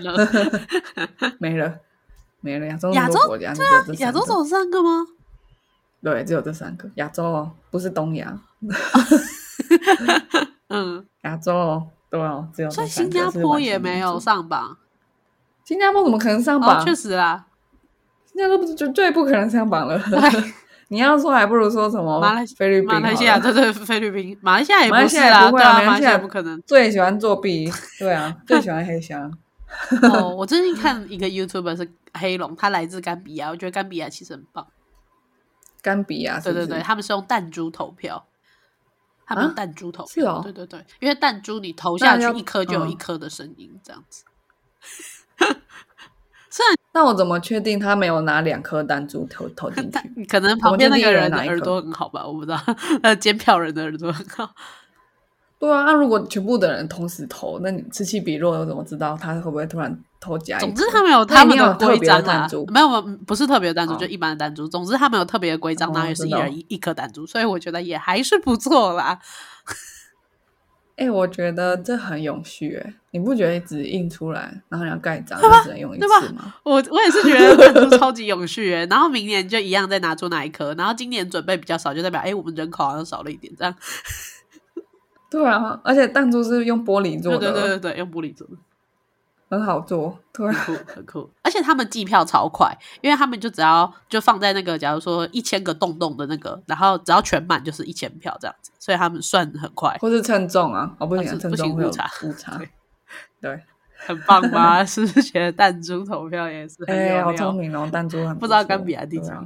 亚洲那么多国家， 亚洲只有3个吗？ 对，只有这3个亚洲不是东亚。亚洲对只有这3个。 所以新加坡也没有上榜。 新加坡怎么可能上榜？ 确实啦， 新加坡最不可能上榜了。你要说还不如说什么菲律宾、 马来西亚，对，菲律宾、马来西亚也不是啦，对啊， 马来西亚不可能。 最喜欢作弊，对啊，最喜欢黑箱。 我最近看一个 YouTuber 是黑龙，他来自甘比亚，我觉得甘比亚其实很棒。 甘比亚是不是？ 对，他们是用弹珠投票。他们用弹珠投票， 是哦， 对，因为弹珠你投下去1颗就有1颗的声音，这样子。 那我怎么确定他没有拿2颗弹珠投进去？ 可能旁边那个人的耳朵很好吧，我不知道。监票人的耳朵很好。对啊，那如果全部的人同时投，那你此起彼落，我怎么知道他会不会突然投假？ 总之他们有他们的规章啊， 没有，不是特别的弹珠，就一般的弹珠。总之他们有特别的规章，然后也是一人1颗弹珠，所以我觉得也还是不错啦。 我觉得这很永续你不觉得只印出来然后你要盖章就只能用一次吗？ 我也是觉得弹珠超级永续然后明年就一样再拿出那1颗，然后今年准备比较少，就代表我们人口好像少了一点这样。 对啊，而且弹珠是用玻璃做的，对，用玻璃做的， 很好做，对， 很酷。而且他们计票超快，因为他们就放在那个假如说1000个洞的那个，然后只要全满就是1000票这样子，所以他们算很快。 或是称重啊，不行，称重会有误差。对， 很棒吧？是不是觉得弹珠投票也是很有料？ 好聪明哦，弹珠很不知道甘比亚第几名。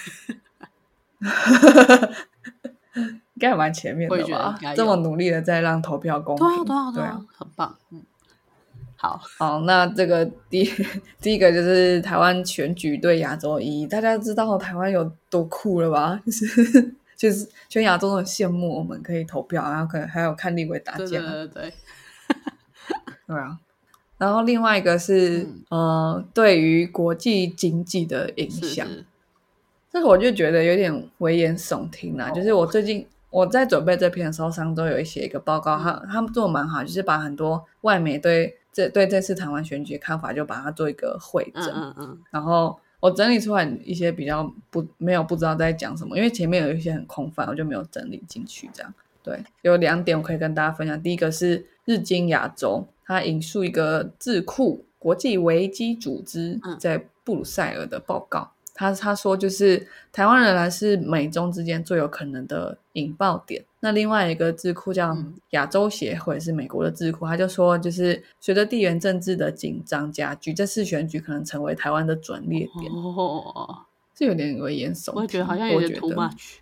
应该蛮前面的吧？这么努力的在让投票公平， 对啊，很棒。 好，那这个第一个就是台湾选举对亚洲的意义，大家知道台湾有多酷了吧？就是全亚洲都很羡慕我们可以投票，然后可能还有看立委打架。 对对啊。然后另外一个是、对于国际经济的影响，这个我就觉得有点危言耸听啦。就是我最近我在准备这篇的时候，上周有写一个报告，他们做的蛮好，就是把很多外媒对这次台湾选举的看法，就把它做一个汇整。然后我整理出来一些比较不知道在讲什么，因为前面有一些很空泛，我就没有整理进去。这样对，有2点我可以跟大家分享。第一个是日经亚洲，它引述一个智库国际危机组织在布鲁塞尔的报告。他说就是台湾仍然是美中之间最有可能的引爆点。那另外一个智库叫亚洲协会，是美国的智库，他就说就是随着地缘政治的紧张加剧，这次选举可能成为台湾的转捩点。是有点危言耸听， 我觉得好像有点 too much。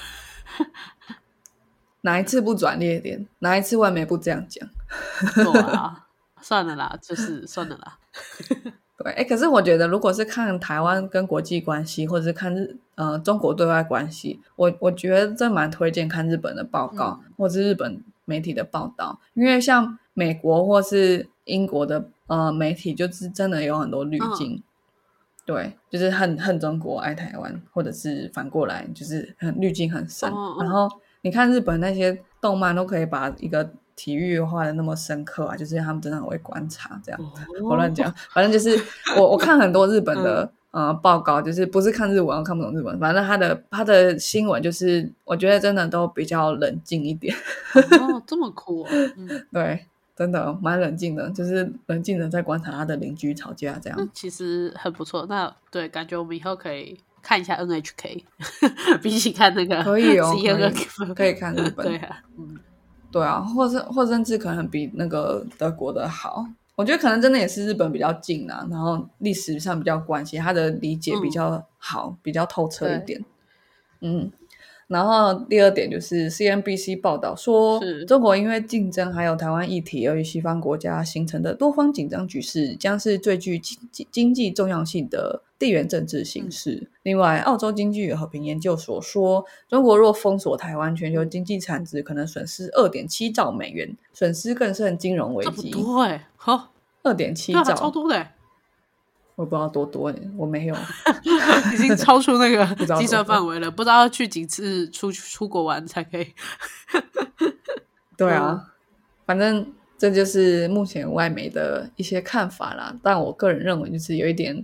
哪一次不转捩点？哪一次外媒不这样讲？ 对啊，算了啦，就是算了啦。 对，可是我觉得如果是看台湾跟国际关系，或者是看中国对外关系，我觉得这蛮推荐看日本的报告，或者是日本媒体的报道。因为像美国或是英国的媒体就是真的有很多滤镜。对，就是恨中国爱台湾，或者是反过来就是滤镜很深。然后你看日本那些动漫都可以把一个体育画的那么深刻啊，就是他们真的很会观察这样。我乱讲，反正就是我看很多日本的报告，就是不是看日文，我看不懂日文，反正他的新闻就是我觉得真的都比较冷静一点。 这么酷哦。 对，真的蛮冷静的，就是冷静的在观察他的邻居吵架这样。 那其实很不错。那对，感觉我们以后可以看一下 NHK 比起看那个可以哦，可以看日本。 对啊， 对啊，或甚至可能比那个德国的好。我觉得可能真的也是日本比较近啊，然后历史上比较关系，他的理解比较好，比较透彻一点。然后第二点就是 CNBC 报道说，中国因为竞争还有台湾议题而与西方国家形成的多方紧张局势，将是最具经济重要性的地缘政治形势。另外，澳洲经济与和平研究所说，中国若封锁台湾，全球经济产值可能损失 2.7 兆美元，损失更甚金融危机。 这么多 2.7兆， 超多的。 我不知道多我没有已经超出那个计算范围了，不知道要去几次出国玩才可以。 对啊，反正这就是目前外媒的一些看法啦，但我个人认为就是有点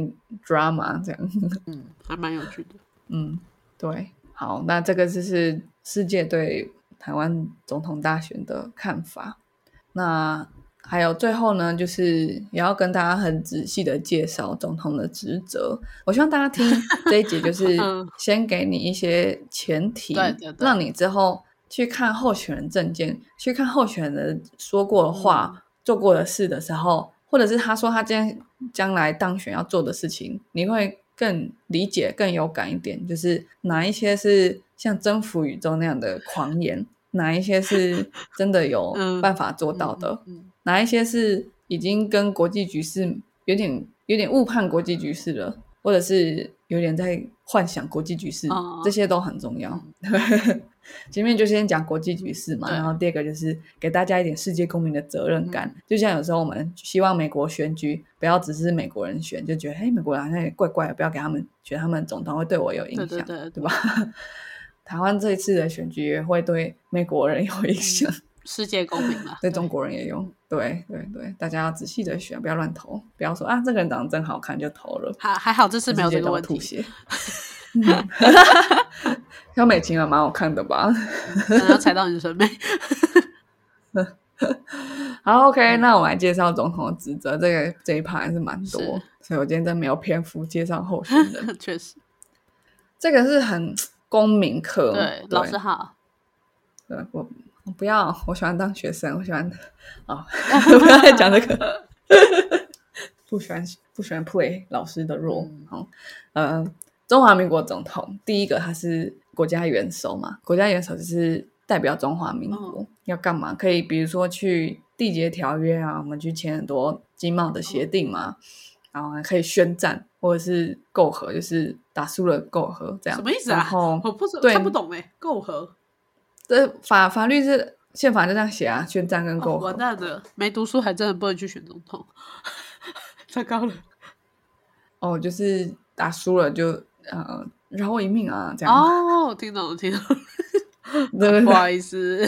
drama 这样。 还蛮有趣的。 对，好，那这个就是世界对台湾总统大选的看法。那还有最后呢，就是也要跟大家很仔细的介绍总统的职责。我希望大家听这一集就是先给你一些前提对， 让你之后去看候选人政见，去看候选人说过的话、做过的事的时候，或者是他说他将来当选要做的事情，你会更理解更有感一点，就是哪一些是像征服宇宙那样的狂言，哪一些是真的有办法做到的，哪一些是已经跟国际局势有点误判国际局势了，或者是有点在幻想国际局势，这些都很重要。前面就先讲国际局势嘛，然后第二个就是给大家一点世界公民的责任感。就像有时候我们希望美国选举不要只是美国人选，就觉得美国人好像也怪怪的，不要给他们觉得他们总统会对我有影响，对吧？台湾这一次的选举也会对美国人有影响， 世界公民嘛， 对中国人也有。对，大家要仔细的选，不要乱投，不要说这个人长得真好看就投了。 还好这次没有这个问题。 萧美琴蛮好看的吧？ 要踩到你的审美。 好 OK， 那我来介绍总统的职责。这一趴还是蛮多，所以我今天真没有篇幅介绍候选人。 确实，这个是很公民课。 对，老师好。 对，我不要，我喜欢当学生，我喜欢不要再讲这个。不喜欢 play 老师的 role。中华民国总统第一个他是国家元首嘛，国家元首就是代表中华民国，要干嘛？可以比如说去缔结条约啊，我们去签很多经贸的协定嘛，然后还可以宣战或者是媾和，就是打输了媾和这样。 什么意思啊？ 然后我看不懂媾和。 这法律是宪法就这样写啊，宣战跟媾和。 完蛋了，没读书还真的不能去选总统，太高了。 就是打输了就饶我一命啊，这样。 哦，听懂了。 对， 不好意思。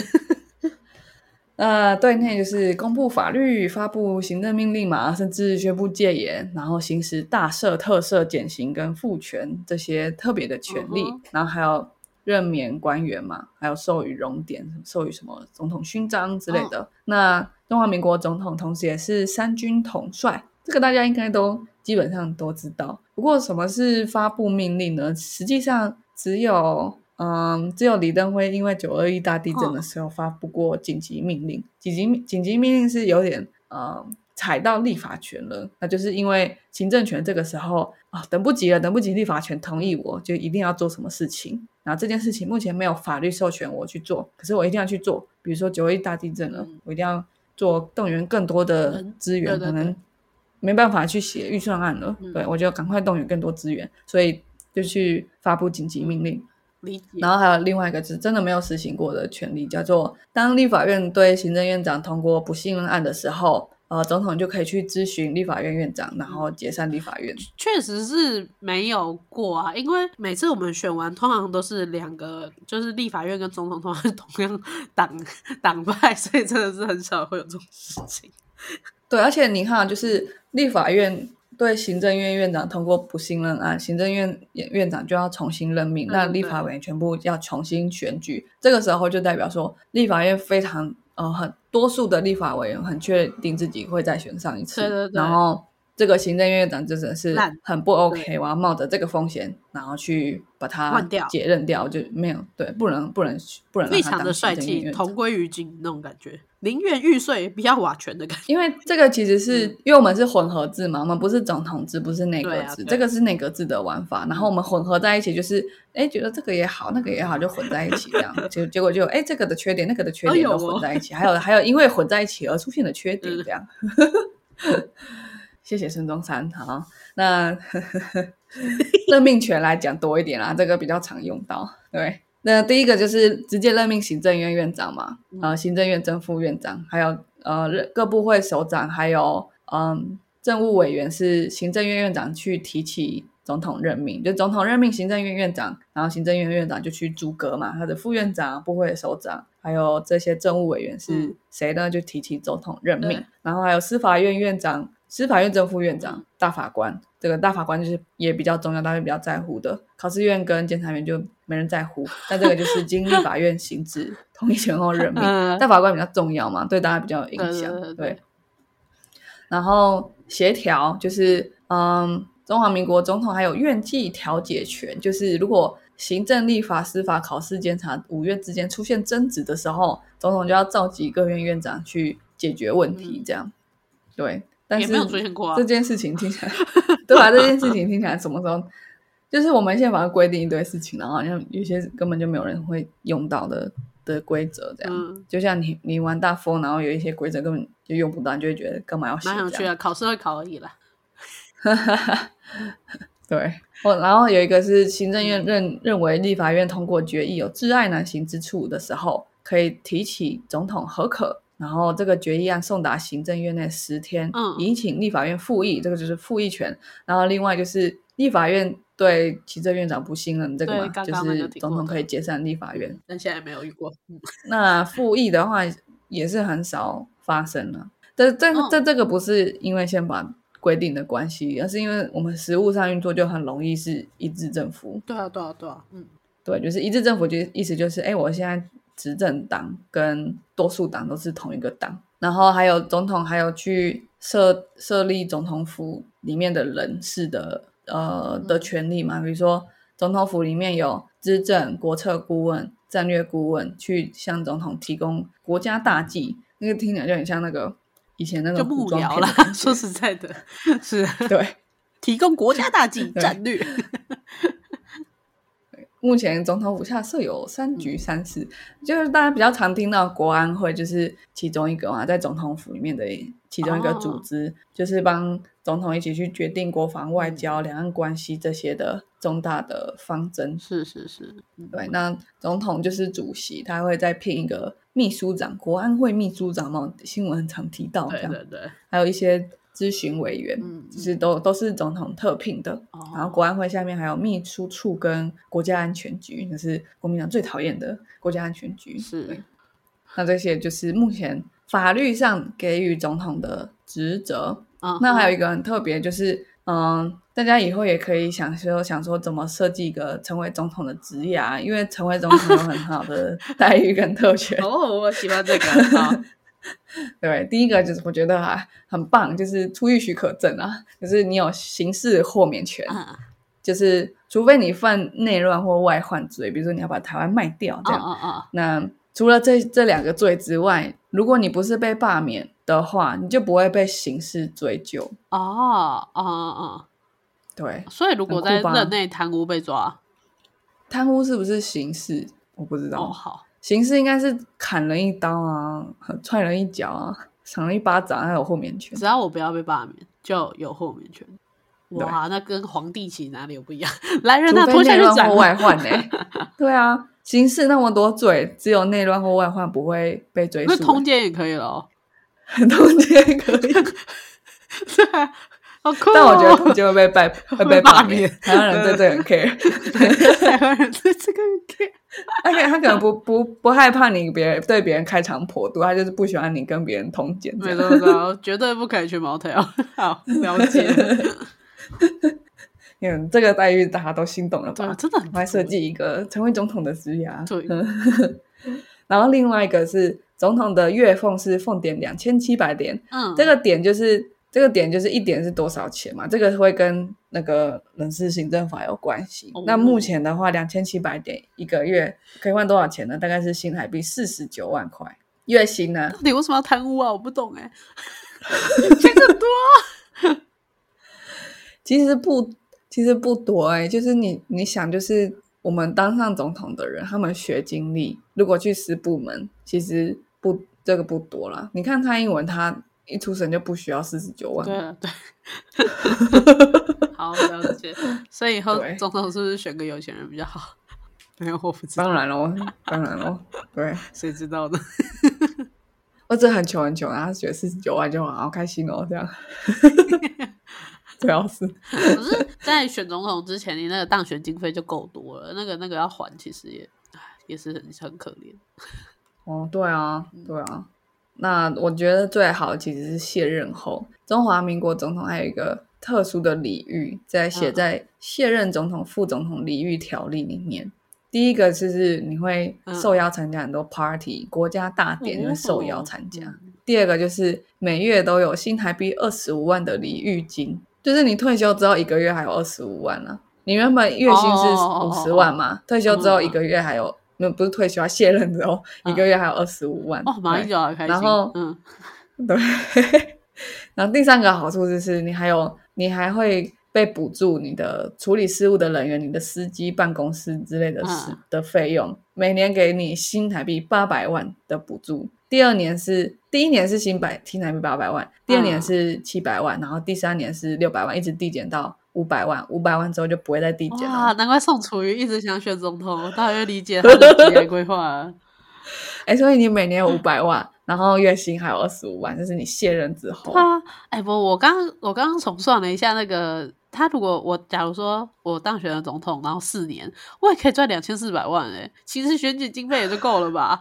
对内就是公布法律、发布行政命令嘛，甚至宣布戒严，然后行使大赦、特赦、减刑跟复权这些特别的权利，然后还有任免官员嘛，还有授予荣典、授予什么总统勋章之类的。那中华民国总统同时也是三军统帅，这个大家应该都基本上都知道。不过什么是发布命令呢？实际上只有李登辉因为921大地震的时候发布过紧急命令。紧急命令是有点踩到立法权了，那就是因为行政权这个时候等不及了，等不及立法权同意我就一定要做什么事情，然后这件事情目前没有法律授权我去做，可是我一定要去做。比如说921大地震了，我一定要做动员更多的资源，可能没办法去写预算案了，对，我就赶快动员更多资源，所以就去发布紧急命令。然后还有另外一个是真的没有实行过的权利，叫做当立法院对行政院长通过不信任案的时候，总统就可以去咨询立法院院长，然后解散立法院。 确实是没有过啊，因为每次我们选完通常都是两个，就是立法院跟总统通常是同样党派，所以真的是很少会有这种事情。 对，而且你看就是立法院对行政院院长通过不信任案，行政院院长就要重新任命，那立法委员全部要重新选举，这个时候就代表说立法院非常很多数的立法委员很确定自己会再选上一次， 对， 然后这个行政院院长真的是很不 OK， 我要冒着这个风险然后去把他解任掉，就没有对，不能让他非常的帅气，同归于尽那种感觉，宁愿玉碎不要瓦全的感觉。 因为这个其实是因为我们是混合制嘛，我们不是总统制，不是内阁制，这个是内阁制的玩法，然后我们混合在一起，就是觉得这个也好那个也好就混在一起这样，结果就这个的缺点那个的缺点都混在一起，还有因为混在一起而出现的缺点这样。谢谢孙中山。好，那任命权来讲多一点啦，这个比较常用到。对，那第一个就是直接任命行政院院长嘛，行政院正副院长，还有各部会首长，还有政务委员是行政院院长去提起总统任命，就总统任命行政院院长，然后行政院院长就去逐格嘛，他的副院长、部会首长还有这些政务委员是谁呢？就提起总统任命，然后还有司法院院长、司法院正副院长、大法官，这个大法官就是也比较重要，大家比较在乎的。考试院跟监察院就没人在乎，但这个就是经立法院行使同意权后任命。大法官比较重要嘛，对大家比较有影响。对。然后协调就是中华民国总统还有院际调解权，就是如果行政、立法、司法、考试、监察5院之间出现争执的时候，总统就要召集各院院长去解决问题，这样。对，但是也没有出现过啊。 这件事情听起来，对吧？这件事情听起来什么时候？就是我们宪法规定一堆事情，然后好像有些根本就没有人会用到的规则，这样。就像你玩大富翁，然后有一些规则根本就用不到，你就会觉得干嘛要写这样？ 蛮有趣的，考试会考而已啦。 对，然后有一个是行政院认为立法院通过决议有窒碍难行之处的时候，可以提起总统核可，然后这个决议案送达行政院内10天，引请立法院复议，这个就是复议权。然后另外就是立法院对行政院长不信任这个嘛，就是总统可以解散立法院， 但现在没有遇过。 那复议的话也是很少发生了。这个不是因为宪法规定的关系，而是因为我们实务上运作就很容易是一致政府。 对啊， 对，就是一致政府就意思就是我现在执政党跟多数党都是同一个党，然后还有总统还有去设立总统府里面的人事的权利嘛，比如说总统府里面有资政、国策顾问、战略顾问，去向总统提供国家大计，那个听起来就很像那个以前那个古装片的感觉， 说实在的，是对， 提供国家大计战略。 目前总统府下设有3局3室，就是大家比较常听到国安会就是其中一个嘛，在总统府里面的其中一个组织，就是帮总统一起去决定国防外交、两岸关系这些的重大的方针。 是， 对，那总统就是主席，他会再聘一个秘书长，国安会秘书长嘛，新闻很常提到这样。 对， 还有一些咨询委员，就是都是总统特聘的。然后国安会下面还有秘书处跟国家安全局，就是国民党最讨厌的国家安全局。 是， 那这些就是目前法律上给予总统的职责。那还有一个很特别，就是大家以后也可以想说怎么设计一个成为总统的职业啊，因为成为总统有很好的待遇跟特权。 我喜欢这个。 对，第一个就是我觉得很棒，就是出狱许可证啊，就是你有刑事豁免权，就是除非你犯内乱或外患罪，比如说你要把台湾卖掉这样。那除了这2个罪之外，如果你不是被罢免的话，你就不会被刑事追究。对， 所以如果在任内贪污被抓， 贪污是不是刑事我不知道。 好， 刑事应该是砍人一刀啊，踹人一脚啊，赏人一巴掌，还有豁免权。 只要我不要被罢免就有豁免权。哇，那跟皇帝旗哪里有不一样？来人啊，脱下去斩！ 除非内乱或外患对啊，刑事那么多罪，只有内乱或外患不会被追诉。 那通奸也可以了。 通奸可以。 对啊，好酷但我觉得通奸会被罢免。台湾人对这个很 care。 台湾人对这个很 care。 他可能不害怕你对别人开肠破肚，他就是不喜欢你跟别人通奸。 没错，绝对不可以去茅台。好，了解。 这个待遇大家都心动了吧？ 对，真的很。 我还设计一个成为总统的职涯。 对。 然后另外一个是总统的月俸是俸点2700点。这个点就是1点是多少钱嘛？这个会跟那个人事行政法有关系。那目前的话，2700点一个月可以换多少钱呢？大概是新台币49万块月薪呢。 到底为什么要贪污啊？我不懂钱很多。 其实不多就是你想，就是我们当上总统的人，他们学经历如果去私部门，其实这个不多啦。你看蔡英文，他一出生就不需要49万。 对。好，了解。所以以后总统是不是选个有钱人比较好？没有，我不知道。 当然咯。对， 谁知道呢？ 我真的很穷，然后选49万就好开心这样。主要是可是在选总统之前，你那个当选经费就够多了，那个要还，其实也是很可怜。 对啊。那我觉得最好的其实是卸任后，中华民国总统还有一个特殊的礼遇，写在卸任总统、副总统礼遇条例里面。第一个就是你会受邀参加很多 party，国家大典你会受邀参加。第二个就是每月都有新台币25万的礼遇金，就是你退休之后1个月还有25万啊。你原本月薪是50万嘛，退休之后1个月还有不是退休卸任之后1个月还有25万。 马英九好开心。 然后对。然后第三个好处就是你还会被补助你的处理事务的人员，你的司机、办公室之类的费用，每年给你新台币800万的补助。第一年是新台币800万，第二年是700万，然后第三年是600万，一直递减到500万，500万之后就不会再递减了。 哇，难怪宋楚瑜一直想选总统，我大约理解他的职业规划了。 所以你每年有500万，然后月薪还有25万，这是你卸任之后。 我刚刚重算了一下，那个他如果假如说我当选了总统，然后4年，我也可以赚2400万其实选举经费也就够了吧。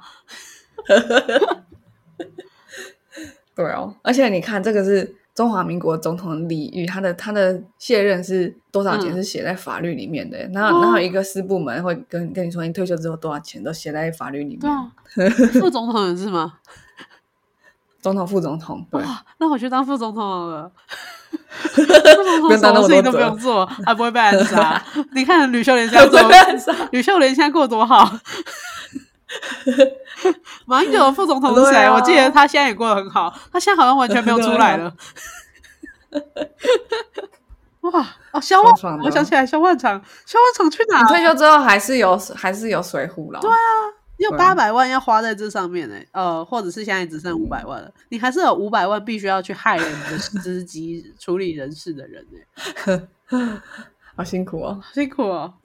对而且你看这个是中华民国总统的礼遇，他的卸任是多少钱是写在法律里面的。哪有一个私部门会跟你说你退休之后多少钱都写在法律里面。 对啊。副总统也是吗？ 总统副总统。对。 哇，那我去当副总统好了。副总统什么事情都不用做，还不会被暗杀。你看吕秀莲现在过多好。马英九的副总统是谁？我记得他现在也过得很好，他现在好像完全没有出来了。哇， 萧万爽的我想起来萧万长去哪？ 你退休之后还是有水浒了。 对啊，你有800万要花在这上面或者是现在只剩500万了，你还是有500万必须要去害了你的司机处理人事的人好辛苦哦， 辛苦哦，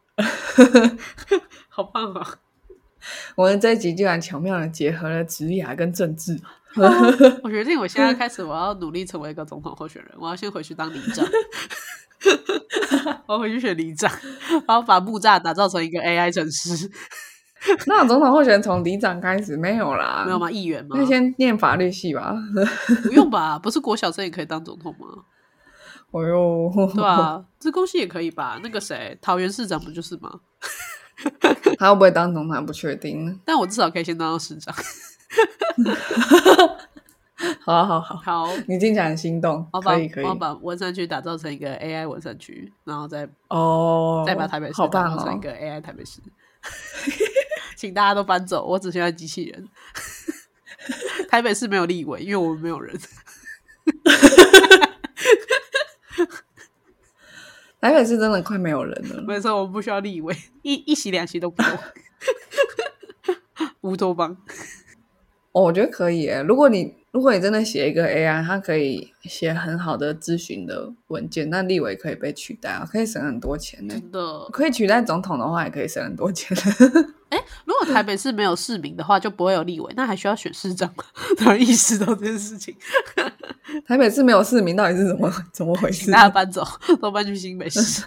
好棒哦！ 我们这一集居然巧妙的结合了职涯跟政治。 我决定我现在开始，我要努力成为一个总统候选人，我要先回去当里长。我要回去选里长，然后把木栅打造成一个 AI 城市。 那总统候选人从里长开始没有啦？ 没有吗？议员吗？ 那先念法律系吧。 不用吧？不是国小生也可以当总统吗？ 哦哟， 对啊，资工系也可以吧？那个谁，桃园市长不就是吗？ 他会不会当总统还不确定， 但我至少可以先当到市长。 好，你听起来很心动，可以。 我要把文山区打造成一个 AI 文山区，然后再把台北市打造成一个 AI 台北市。请大家都搬走，我只需要机器人。台北市没有立委，因为我们没有人。 台北市真的快没有人了。 没错，我们不需要立委，一席2席都不用。乌托邦。 我觉得可以耶。如果你真的写一个 AI， 它可以写很好的咨询的文件，那立委可以被取代啊，可以省很多钱呢。 真的， 可以取代总统的话，也可以省很多钱。 如果台北市没有市民的话，就不会有立委，那还需要选市长吗？突然意识到这件事情。 台北市没有市民，到底是怎么回事？ 请大家搬走，都搬去新北市。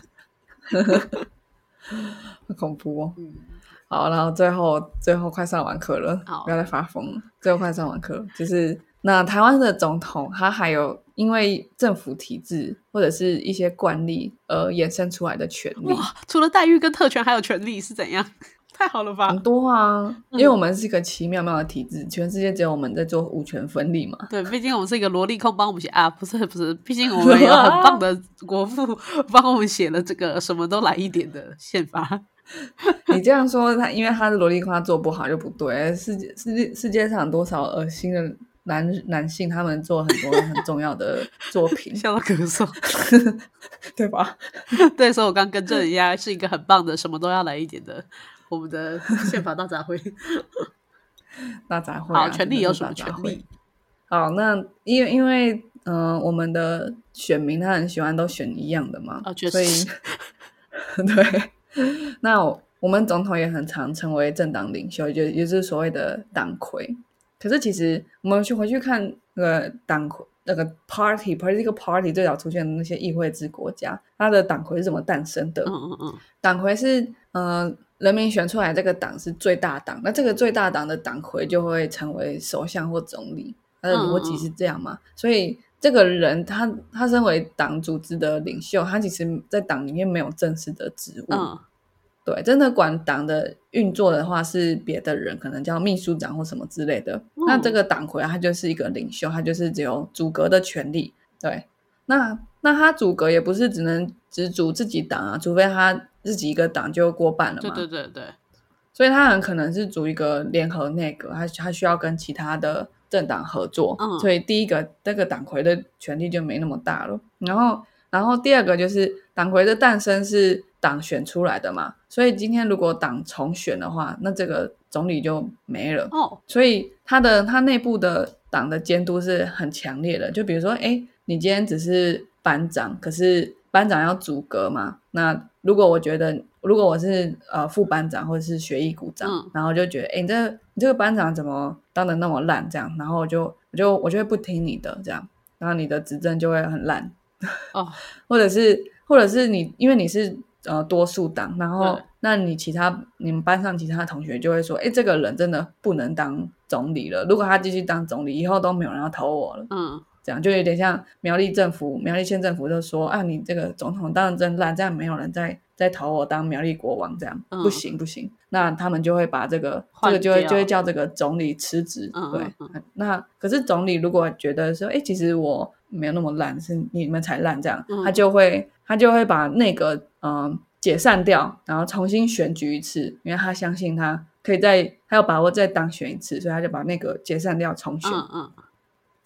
好恐怖哦。好，然后最后快上完课了，不要再发疯了。最后快上完课了，就是那台湾的总统，他还有因为政府体制或者是一些惯例而衍生出来的权利。 哇，除了待遇跟特权，还有权利是怎样？太好了吧？ 很多啊，因为我们是一个奇妙妙的体制，全世界只有我们在做五权分立嘛。 对，毕竟我们是一个萝莉控帮我们写啊，不是，毕竟我们有很棒的国父帮我们写了这个什么都来一点的宪法。 你这样说，因为他的萝莉控他做不好就不对。世界上多少恶心的男性，他们做很多很重要的作品， 笑到咳嗽， 对吧？ 对，所以我刚更正一下，是一个很棒的，什么都要来一点的，我们的宪法大杂烩。 大杂烩、 好，权利有什么权利？ 好，那因为我们的选民他很喜欢都选一样的嘛，所以对。那我们总统也很常成为政党领袖，也就是所谓的党魁。可是其实我们回去看那个党魁，那个 political party 最早出现的那些议会制国家，它的党魁是怎么诞生的？党魁是人民选出来这个党是最大党，那这个最大党的党魁就会成为首相或总理，他的逻辑是这样嘛？所以这个人他身为党组织的领袖，他其实在党里面没有正式的职务。对，真的管党的运作的话是别的人，可能叫秘书长或什么之类的。那这个党魁他就是一个领袖，他就是只有组阁的权利。对，那他组阁也不是只组自己党啊，除非他自己一个党就过半了嘛。 对， 所以他很可能是组一个联合内阁，他需要跟其他的政党合作。所以第一个这个党魁的权力就没那么大了。然后第二个就是党魁的诞生是党选出来的嘛，所以今天如果党重选的话，那这个总理就没了。所以他内部的党的监督是很强烈的。就比如说你今天只是班长，可是班长要组阁嘛，那如果我是副班长或者是学艺股长，然后就觉得你这个班长怎么当得那么烂这样，然后我就会不听你的这样，然后你的执政就会很烂。或者是你因为你是多数党，然后那你们班上其他同学就会说这个人真的不能当总理了，如果他继续当总理以后都没有人要投我了。这样就有点像苗栗县政府就说你这个总统当然真烂，这样没有人再投我当苗栗国王，这样不行，那他们就会把这个就会叫这个总理辞职。对，那可是总理如果觉得说其实我没有那么烂，是你们才烂这样，他就会把那个解散掉，然后重新选举一次，因为他相信他可以他有把握再当选一次，所以他就把那个解散掉重选。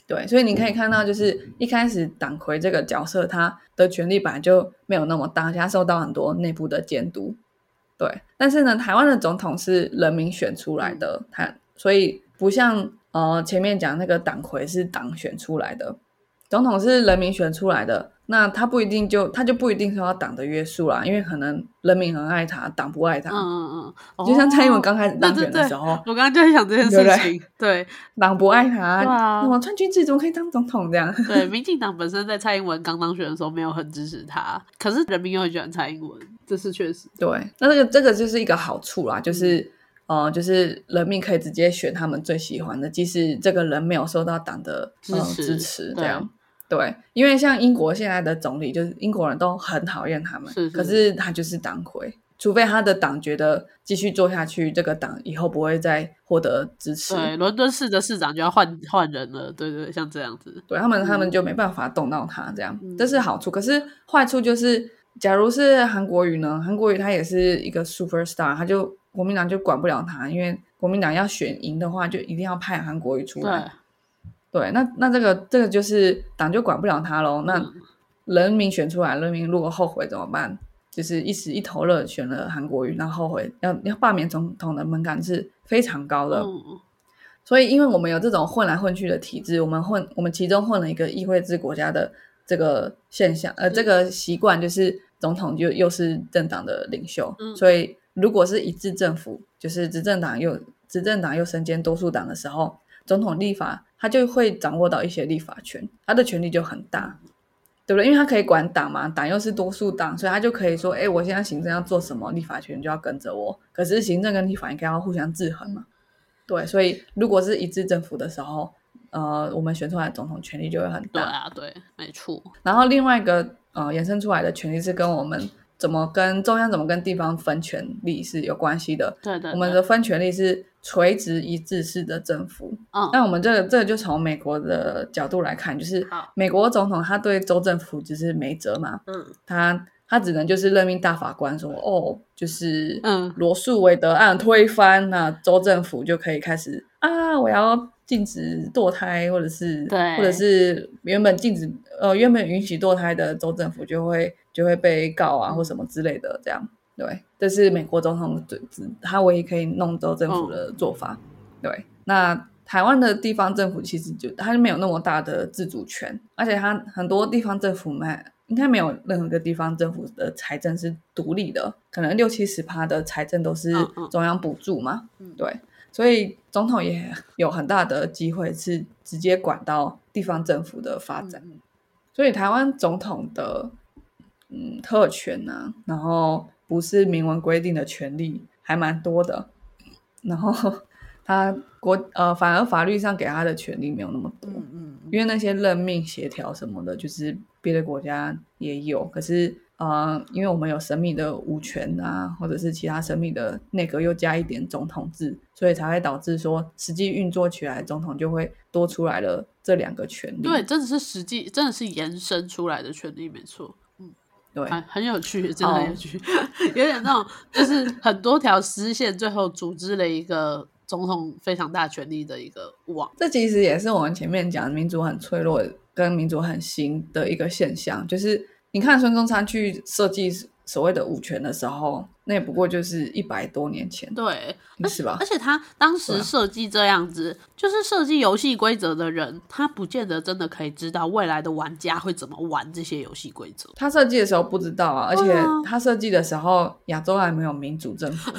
对，所以你可以看到，就是一开始党魁这个角色，他的权力本来就没有那么大，他受到很多内部的监督。对，但是呢，台湾的总统是人民选出来的，所以不像前面讲那个党魁是党选出来的，总统是人民选出来的，那他就不一定受到党的约束啦，因为可能人民很爱他，党不爱他。就像蔡英文刚开始当选的时候， 我刚刚就在想这件事情，对， 党不爱他， 对啊， 川军志怎么可以当总统这样？ 对，民进党本身在蔡英文刚当选的时候没有很支持他，可是人民又很喜欢蔡英文，这是确实。 对，那这个就是一个好处啦，就是人民可以直接选他们最喜欢的，即使这个人没有受到党的支持这样。对，因为像英国现在的总理，就是英国人都很讨厌他们，可是他就是党魁，除非他的党觉得继续做下去，这个党以后不会再获得支持。 对，伦敦市的市长就要换人了，对对，像这样子。 对，他们就没办法动到他这样，这是好处。可是坏处就是，假如是韩国瑜呢？韩国瑜他也是一个 superstar， 国民党就管不了他，因为国民党要选赢的话，就一定要派韩国瑜出来。对，那这个就是党就管不了他咯。那人民选出来，人民如果后悔怎么办？就是一时一头热选了韩国瑜，然后后悔要罢免总统的门槛是非常高的。所以因为我们有这种混来混去的体制，我们其中混了一个议会制国家的这个现象，这个习惯就是总统又是政党的领袖，所以如果是一致政府，就是执政党又身兼多数党的时候，总统立法他就会掌握到一些立法权，他的权力就很大，对不对？因为他可以管党嘛，党又是多数党，所以他就可以说，我现在行政要做什么，立法权就要跟着我。可是行政跟立法应该要互相制衡嘛，对，所以如果是一致政府的时候，我们选出来的总统权力就会很大。 对啊，对，没错。 然后另外一个衍生出来的权力是跟我们中央怎么跟地方分权力是有关系的。 对， 我们的分权力是垂直一致式的政府。那我们这个就从美国的角度来看，就是美国总统他对州政府就是没辙嘛。他只能就是任命大法官说就是罗素韦德案推翻，那州政府就可以开始我要禁止堕胎，或者是原本允许堕胎的州政府就会被告或什么之类的这样。对，这是美国总统他唯一可以弄州政府的做法。对，那台湾的地方政府其实他就没有那么大的自主权，而且他很多地方政府应该没有任何一个地方政府的财政是独立的，可能60-70% 的财政都是中央补助嘛。对，所以总统也有很大的机会是直接管到地方政府的发展。所以台湾总统的特权啊，然后不是明文规定的权利还蛮多的，然后他反而法律上给他的权利没有那么多。因为那些任命协调什么的就是别的国家也有，可是因为我们有神秘的五权啊，或者是其他神秘的内阁又加一点总统制，所以才会导致说实际运作起来总统就会多出来了这两个权利。 对，真的是延伸出来的权利，没错。 对， 很有趣，真的很有趣。有点那种就是很多条丝线最后组织了一个总统非常大权力的一个网。 这其实也是我们前面讲民主很脆弱跟民主很新的一个现象，就是你看孙中山去设计所谓的五权的时候，那也不过就是100多年前， 对， 是吧？ 而且他当时设计这样子，就是设计游戏规则的人，他不见得真的可以知道未来的玩家会怎么玩这些游戏规则。 他设计的时候不知道而且他设计的时候亚洲还没有民主政府。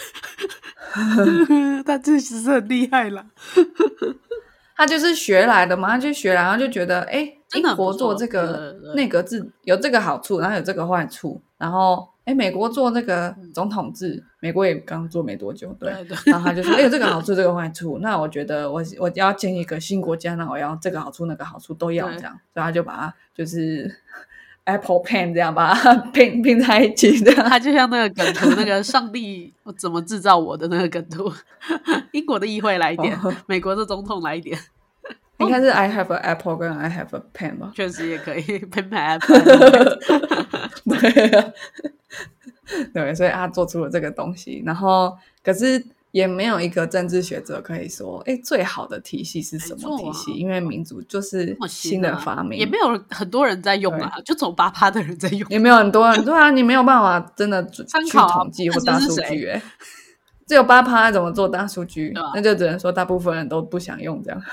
他这其实很厉害啦。 他就是学来的嘛，他就学来，然后就觉得英国做这个内阁制有这个好处，然后有这个坏处，然后美国做那个总统制，美国也刚做没多久，对，然后他就说有这个好处这个坏处，那我觉得我要建一个新国家，那我要这个好处那个好处都要这样，所以他就把它就是 Apple Pen 这样把它拼在一起这样。 他就像那个梗图，那个上帝怎么制造我的那个梗图。英国的议会来一点，美国的总统来一点。 应该是 I have a apple 跟 I have a pen 吧， 确实也可以 pen my apple。 对，所以他做出了这个东西，然后可是也没有一个政治学者可以说最好的体系是什么体系，因为民主就是新的发明， 也没有很多人在用啊，就走8%的人在用， 也没有很多人，对啊，你没有办法真的去统计或大数据只有8%怎么做大数据，那就只能说大部分人都不想用这样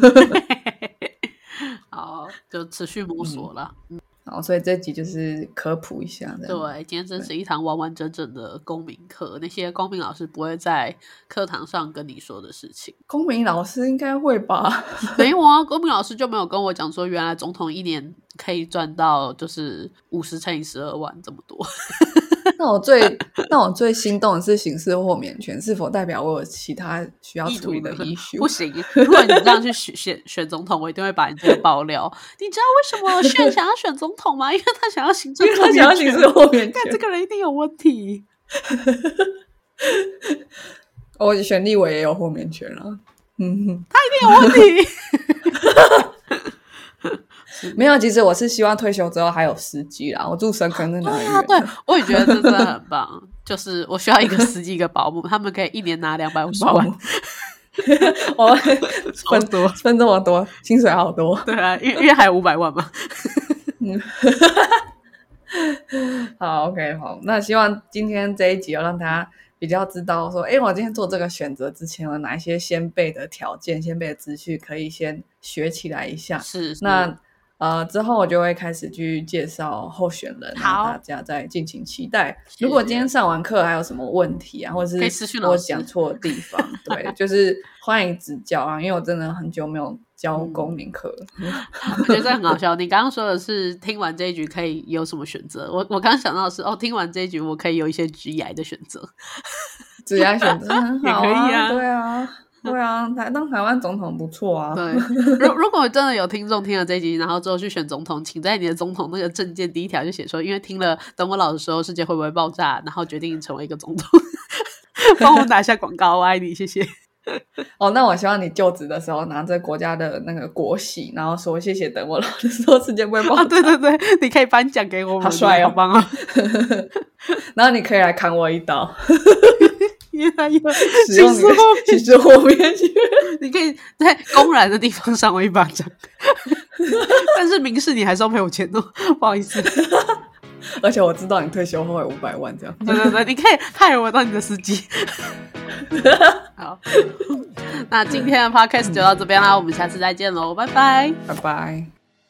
好，就持续摸索了。 好，所以这集就是科普一下这样。 对，今天真是一堂完完整整的公民课，那些公民老师不会在课堂上跟你说的事情。 公民老师应该会吧？ 没有啊，公民老师就没有跟我讲说，原来总统1年可以赚到就是50乘以12万这么多。 那我最心动的是刑事豁免权，是否代表我有其他需要处理的issue？ 不行，如果你这样去选总统，我一定会把你这个爆料。你知道为什么想要选总统吗？因为他想要行政豁免权， 因为他想要刑事豁免权， 但这个人一定有问题。 我选立委也有豁免权了， 他一定有问题。 没有，其实我是希望退休之后还有司机啦。我住深坑在哪里？ 对，我也觉得这真的很棒。就是我需要一个司机，一个保姆，他们可以1年拿250万。 我分这么多，薪水好多。 对啊，因为还有500万嘛。 好 ，OK， 好，那希望今天这一集要让大家比较知道说，我今天做这个选择之前有哪一些先备的条件、先备的资讯可以先学起来一下。 是那之后我就会开始去介绍候选人，大家再敬请期待。如果今天上完课还有什么问题啊，或者是我讲错的地方，对，就是欢迎指教啊，因为我真的很久没有教公民课了。 我觉得这很好笑。你刚刚说的是听完这一局可以有什么选择？我刚刚想到的是听完这一局我可以有一些职业的选择。 职业选择很好也可以啊， 对啊。对啊，当台湾总统不错啊。 对，如果真的有听众听了这一集，然后之后去选总统，请在你的总统那个政见第1条就写说，因为听了等我老的时候世界会不会爆炸，然后决定成为一个总统。帮我打一下广告，我爱你，谢谢。 那我希望你就职的时候拿着国家的那个国玺，然后说谢谢等我老的时候世界不会爆炸。 对对对，你可以颁奖给我们， 好帅好棒啊！ 然后你可以来砍我一刀。 因为他有使用刑事豁免权， 你可以在公然的地方赏我一巴掌，但是民事你还是要赔我钱哦，不好意思。 而且我知道你退休后有500万这样。 对对对，你可以害我当你的司机。好，那今天的 podcast 就到这边啦，我们下次再见喽，拜拜， 拜拜。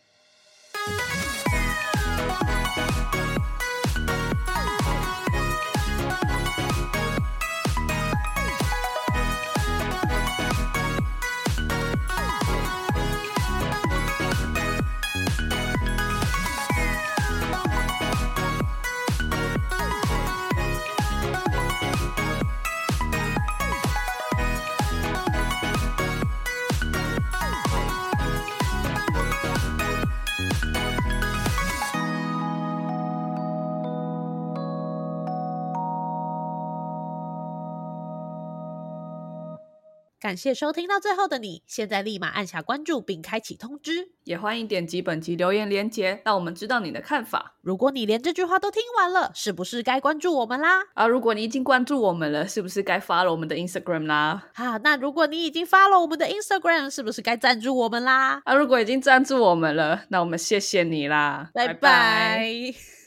感谢收听到最后的你，现在立马按下关注并开启通知， 也欢迎点击本集留言连结，让我们知道你的看法。 如果你连这句话都听完了，是不是该关注我们啦？ 如果你已经关注我们了，是不是该 follow 我们的 Instagram 啦？ 那如果你已经 follow 我们的 Instagram， 是不是该赞助我们啦？ 如果已经赞助我们了，那我们谢谢你啦， 拜拜。